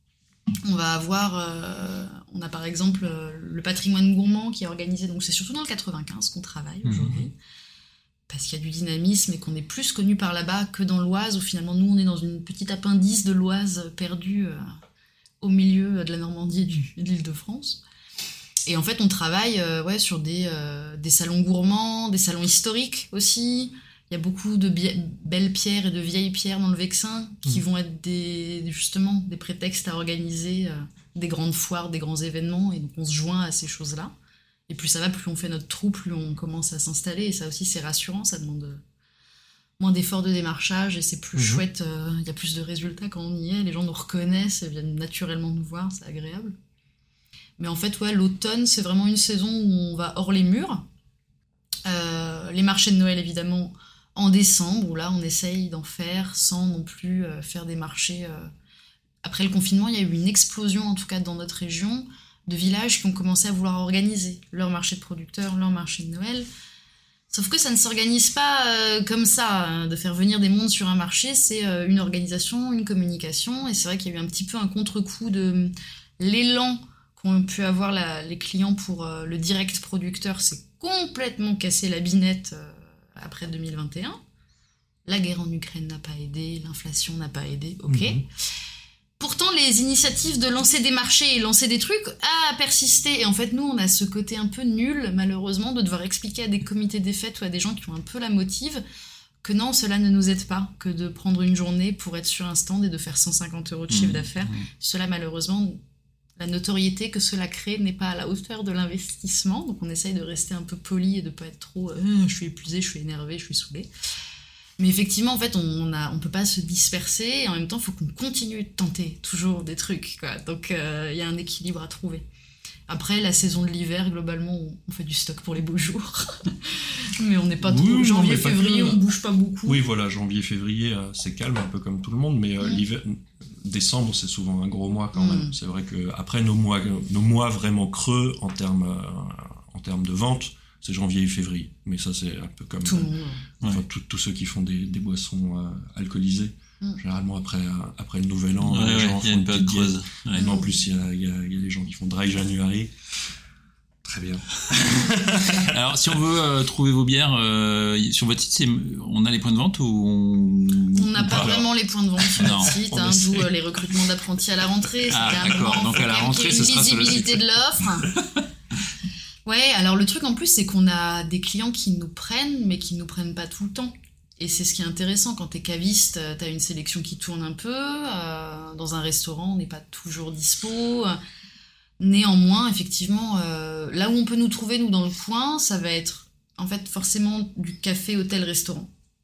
On va avoir, euh, on a par exemple euh, le patrimoine gourmand qui est organisé, donc c'est surtout dans le quatre-vingt-quinze qu'on travaille aujourd'hui, mmh. parce qu'il y a du dynamisme et qu'on est plus connu par là-bas que dans l'Oise, où finalement nous on est dans une petite appendice de l'Oise perdue euh, au milieu de la Normandie et, du, et de l'Île-de-France. Et en fait on travaille euh, ouais, sur des, euh, des salons gourmands, des salons historiques aussi. Il y a beaucoup de bi- belles pierres et de vieilles pierres dans le Vexin qui mmh. vont être des, justement des prétextes à organiser euh, des grandes foires, des grands événements, et donc on se joint à ces choses-là. Et plus ça va, plus on fait notre trou, plus on commence à s'installer, et ça aussi c'est rassurant, ça demande moins d'efforts de démarchage, et c'est plus mmh. chouette, euh, il y a plus de résultats quand on y est, les gens nous reconnaissent, et viennent naturellement nous voir, c'est agréable. Mais en fait, ouais, l'automne, c'est vraiment une saison où on va hors les murs. Euh, les marchés de Noël, évidemment, en décembre, où là, on essaye d'en faire sans non plus euh, faire des marchés. Euh... Après le confinement, il y a eu une explosion, en tout cas dans notre région, de villages qui ont commencé à vouloir organiser leur marché de producteurs, leur marché de Noël. Sauf que ça ne s'organise pas euh, comme ça, hein. De faire venir des mondes sur un marché, c'est euh, une organisation, une communication, et c'est vrai qu'il y a eu un petit peu un contre-coup de l'élan qu'ont pu avoir la, les clients pour euh, le direct producteur. C'est complètement cassé la binette euh, après deux mille vingt et un. La guerre en Ukraine n'a pas aidé, l'inflation n'a pas aidé, ok. Mmh. Pourtant, les initiatives de lancer des marchés et lancer des trucs a persisté. Et en fait, nous, on a ce côté un peu nul, malheureusement, de devoir expliquer à des comités des fêtes ou à des gens qui ont un peu la motive que non, cela ne nous aide pas, que de prendre une journée pour être sur un stand et de faire cent cinquante euros de chiffre mmh. d'affaires. Mmh. Cela, malheureusement, la notoriété que cela crée n'est pas à la hauteur de l'investissement. Donc, on essaye de rester un peu poli et de ne pas être trop euh, « je suis épuisé, je suis énervé, je suis saoulé ». Mais effectivement, en fait, on a, on peut pas se disperser, et en même temps, il faut qu'on continue de tenter toujours des trucs, quoi. Donc, il euh, y a un équilibre à trouver. Après, la saison de l'hiver, globalement, on, on fait du stock pour les beaux jours. Mais on n'est pas trop... Oui, janvier, non, février, on bouge pas beaucoup. Oui, voilà, janvier, février, euh, c'est calme, un peu comme tout le monde, mais euh, mmh. l'hiver... Décembre, c'est souvent un gros mois quand même. Mmh. C'est vrai que après nos mois, nos mois vraiment creux en termes, euh, en termes de vente, c'est janvier et février. Mais ça, c'est un peu comme tout euh, le monde. Enfin, tous ceux qui font des, des boissons euh, alcoolisées. Mmh. Généralement, après, euh, après le nouvel an, ouais, les ouais, gens font une petite creuse. Ouais. En plus, il y a, y, a, y a des gens qui font dry January. Très bien. Alors, si on veut euh, trouver vos bières, euh, sur votre site, c'est, on a les points de vente ou on... On n'a pas Alors, vraiment les points de vente sur notre site, hein, d'où euh, les recrutements d'apprentis à la rentrée. Ah, c'est d'accord. Moment, donc à la rentrée, ce sera sur le site. Visibilité de l'offre. Ouais, alors le truc en plus, c'est qu'on a des clients qui nous prennent, mais qui nous prennent pas tout le temps. Et c'est ce qui est intéressant, quand t'es caviste, t'as une sélection qui tourne un peu. Euh, dans un restaurant, on n'est pas toujours dispo. Néanmoins, effectivement, euh, là où on peut nous trouver, nous, dans le coin, ça va être, en fait, forcément du café, hôtel, restaurant.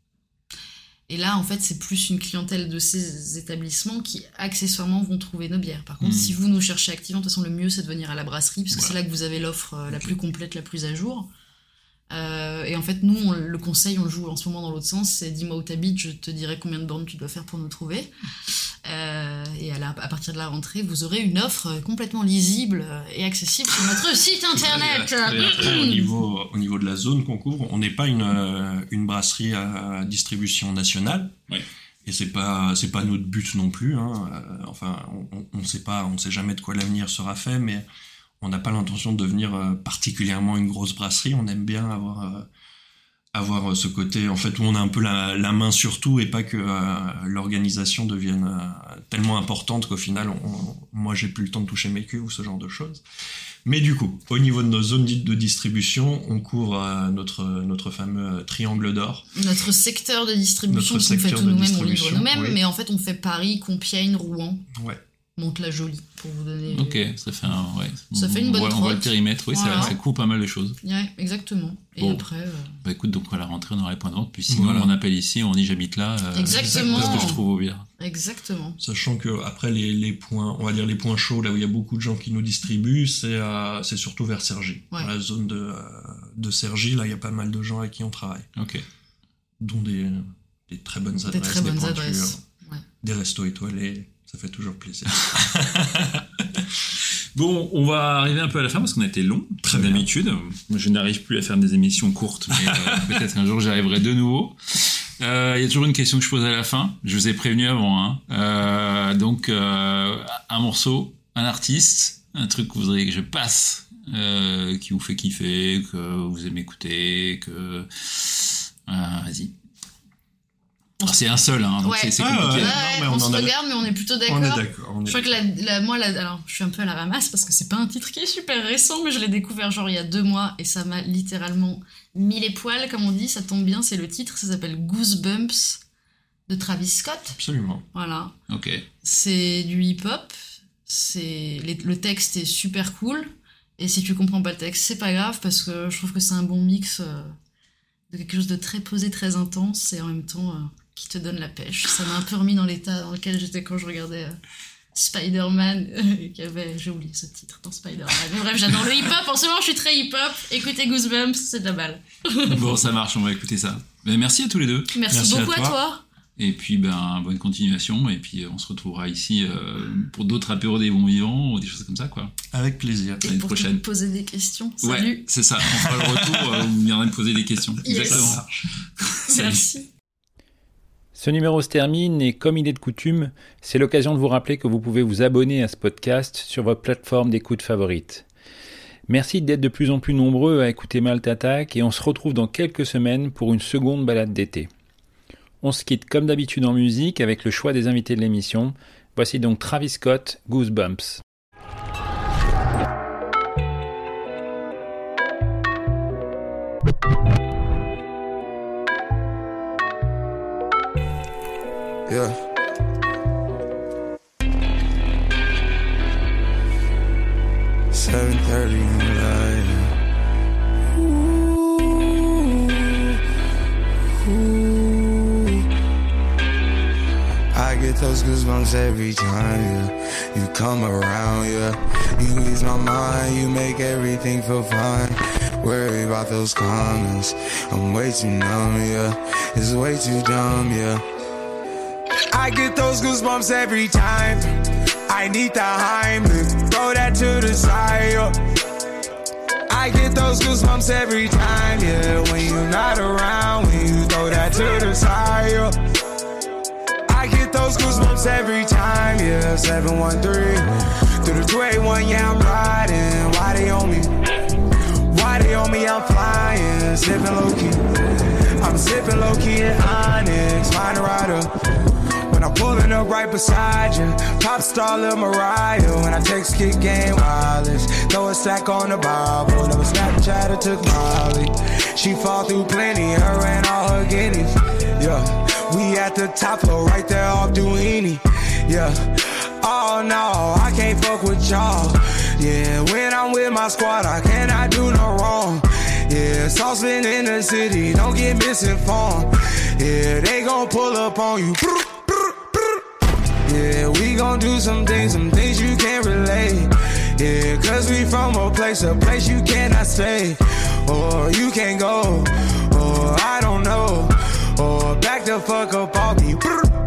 Et là, en fait, c'est plus une clientèle de ces établissements qui, accessoirement, vont trouver nos bières. Par contre, mmh. si vous nous cherchez activement, de toute façon, le mieux, c'est de venir à la brasserie, parce que voilà. c'est là que vous avez l'offre euh, la okay. plus complète, la plus à jour. Euh, et en fait, nous, on, le conseil, on le joue en ce moment dans l'autre sens, c'est dis-moi où t'habites, je te dirai combien de bornes tu dois faire pour nous trouver. Euh, et à, la, à partir de la rentrée, vous aurez une offre complètement lisible et accessible sur notre site internet. Après, au, niveau, au niveau de la zone qu'on couvre, on n'est pas une, une brasserie à distribution nationale. Oui. Et c'est pas, c'est pas notre but non plus. Hein. Enfin, on, on sait pas, on sait jamais de quoi l'avenir sera fait, mais on n'a pas l'intention de devenir euh, particulièrement une grosse brasserie. On aime bien avoir euh, avoir ce côté en fait où on a un peu la, la main sur tout et pas que euh, l'organisation devienne euh, tellement importante qu'au final, on, on, moi j'ai plus le temps de toucher mes cuves ou ce genre de choses. Mais du coup, au niveau de nos zones de distribution, on couvre euh, notre, notre fameux triangle d'or. Notre secteur de distribution, notre secteur on fait tout nous-mêmes, on livre nous-mêmes, oui. Mais en fait on fait Paris, Compiègne, Rouen. Ouais. Mantes-la-Jolie, pour vous donner... Ok, ça fait, un, ouais. ça fait une bonne trotte. On voit le périmètre, oui, voilà. ça, ça couvre pas mal de choses. Ouais, exactement. Et bon. après... Euh... Bah écoute, donc à la rentrée, on aura les points de vente, puis sinon, voilà. on appelle ici, on dit j'habite là. Euh, exactement. C'est ce que je trouve au bière. Exactement. Sachant que après les, les points, on va dire les points chauds, là où il y a beaucoup de gens qui nous distribuent, c'est, euh, c'est surtout vers Cergy. Ouais. Dans la zone de, euh, de Cergy, là, il y a pas mal de gens avec qui on travaille. Ok. Dont des, des très bonnes adresses, des, très bonnes des pointures, adresses. Ouais. Des restos étoilés. Ça fait toujours plaisir. Bon, on va arriver un peu à la fin parce qu'on a été long, très d'habitude. Moi, je n'arrive plus à faire des émissions courtes, mais euh, peut-être qu'un jour j'y arriverai de nouveau. Il euh, y a toujours une question que je pose à la fin. Je vous ai prévenu avant. Hein. Euh, donc, euh, un morceau, un artiste, un truc que vous voudriez que je passe, euh, qui vous fait kiffer, que vous aimez écouter, que... Euh, vas-y. Alors, c'est un seul, hein, donc ouais. c'est, c'est compliqué. compliqué. Ouais, ouais, ouais, on, on se regarde, mais on est plutôt d'accord. On est d'accord. On est je crois que la, la, moi, la, alors, je suis un peu à la ramasse parce que c'est pas un titre qui est super récent, mais je l'ai découvert genre il y a deux mois et ça m'a littéralement mis les poils, comme on dit. Ça tombe bien, c'est le titre. Ça s'appelle Goosebumps de Travis Scott. Absolument. Voilà. Ok. C'est du hip-hop. C'est les, le texte est super cool. Et si tu comprends pas le texte, c'est pas grave parce que je trouve que c'est un bon mix euh, de quelque chose de très posé, très intense et en même temps. Euh, qui te donne la pêche. Ça m'a un peu remis dans l'état dans lequel j'étais quand je regardais euh, Spider-Man, euh, qui avait, j'ai oublié ce titre dans Spider-Man. Mais bref, j'adore le hip-hop. En ce moment, je suis très hip-hop. Écoutez Goosebumps, c'est de la balle. Bon, ça marche, on va écouter ça. Ben, merci à tous les deux. Merci, merci beaucoup à toi. à toi. Et puis, ben, bonne continuation. Et puis, on se retrouvera ici euh, pour d'autres apéros des bons vivants ou des choses comme ça, quoi. Avec plaisir. Et pour prochaine. Poser des questions. Salut. Ouais, c'est ça. On fera le retour. Euh, vous viendrez me poser des questions. Yes. Exactement. Merci. Ce numéro se termine et comme il est de coutume, c'est l'occasion de vous rappeler que vous pouvez vous abonner à ce podcast sur votre plateforme d'écoute favorite. Merci d'être de plus en plus nombreux à écouter Malte Attack et on se retrouve dans quelques semaines pour une seconde balade d'été. On se quitte comme d'habitude en musique avec le choix des invités de l'émission. Voici donc Travis Scott, Goosebumps. Yeah. seven thirty in the light. Ooh, ooh. I get those goosebumps every time, yeah. You come around, yeah. You ease my mind, you make everything feel fine. Worry about those comments, I'm way too numb, yeah. It's way too dumb, yeah. I get those goosebumps every time. I need the Heimlich, throw that to the side. Yeah. I get those goosebumps every time, yeah. When you're not around, when you throw that to the side. Yeah. I get those goosebumps every time, yeah. seven one three through the two eighty-one, yeah, I'm riding. Why they on me? Why they on me? I'm flying, sipping low key. I'm sipping low key in Onyx, find a rider. When I'm pulling up right beside you, pop star Lil Mariah. When I text kick game wireless, throw a stack on the Bible. Never Snapchat or took Molly. She fall through plenty, her and all her guineas. Yeah, we at the top floor, right there off Duini. Yeah, oh no, I can't fuck with y'all. Yeah, when I'm with my squad, I cannot do no wrong. Yeah, saucepan in the city, don't get misinformed. Yeah, they gon' pull up on you. Yeah, we gon' do some things, some things you can't relate. Yeah, cause we from a place, a place you cannot stay. Or you can't go, or I don't know. Or back the fuck up off me.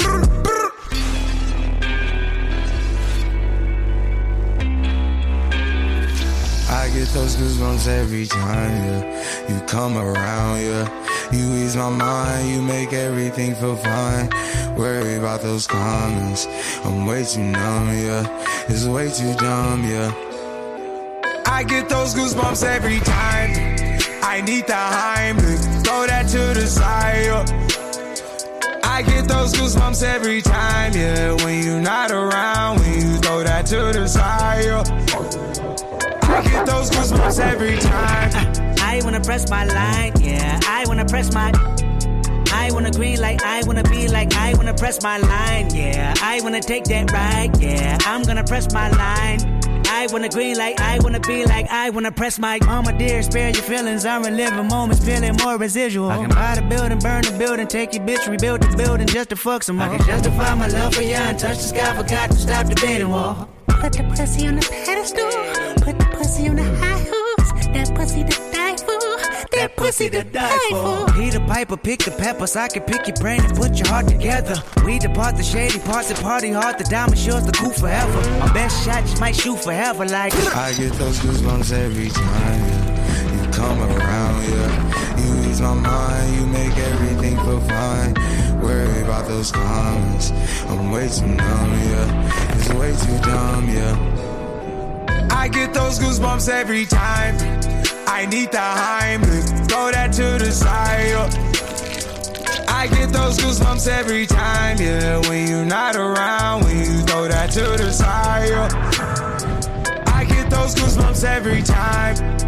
I get those goosebumps every time, yeah. You come around, yeah. You ease my mind, you make everything feel fine. Worry about those comments, I'm way too numb, yeah. It's way too dumb, yeah. I I get those goosebumps every time. I need the Heimlich, throw that to the side. Yeah. I get those goosebumps every time, yeah. When you're not around, when you throw that to the side. Yeah. I get those goosebumps every time. I wanna press my line, yeah. I wanna press my. I wanna green like I wanna be like I wanna press my line, yeah. I wanna take that ride, yeah. I'm gonna press my line. I wanna green like I wanna be like I wanna press my. Mama dear, spare your feelings. I'm reliving moments, feeling more residual. I can buy the building, burn the building, take your bitch, rebuild the building just to fuck some more. I can justify my love for you and touch the sky, forgot to stop the beating wall. Put the pussy on the pedestal, put the pussy on the high hooks. That pussy to die for, that pussy to die for. Peter Piper, pick the peppers. I can pick your brain and put your heart together. We depart the shady parts and party hard. The diamond shows the cool forever. My best shot just might shoot forever like. I get those goosebumps every time, yeah. You come around, yeah. You ease my mind, you make everything feel fine. Worry about those comments, I'm way too numb, yeah. It's way too dumb, yeah. I get those goosebumps every time. I need the Heimlich, throw that to the side. Yeah. I get those goosebumps every time, yeah. When you're not around, when you throw that to the side. Yeah. I get those goosebumps every time.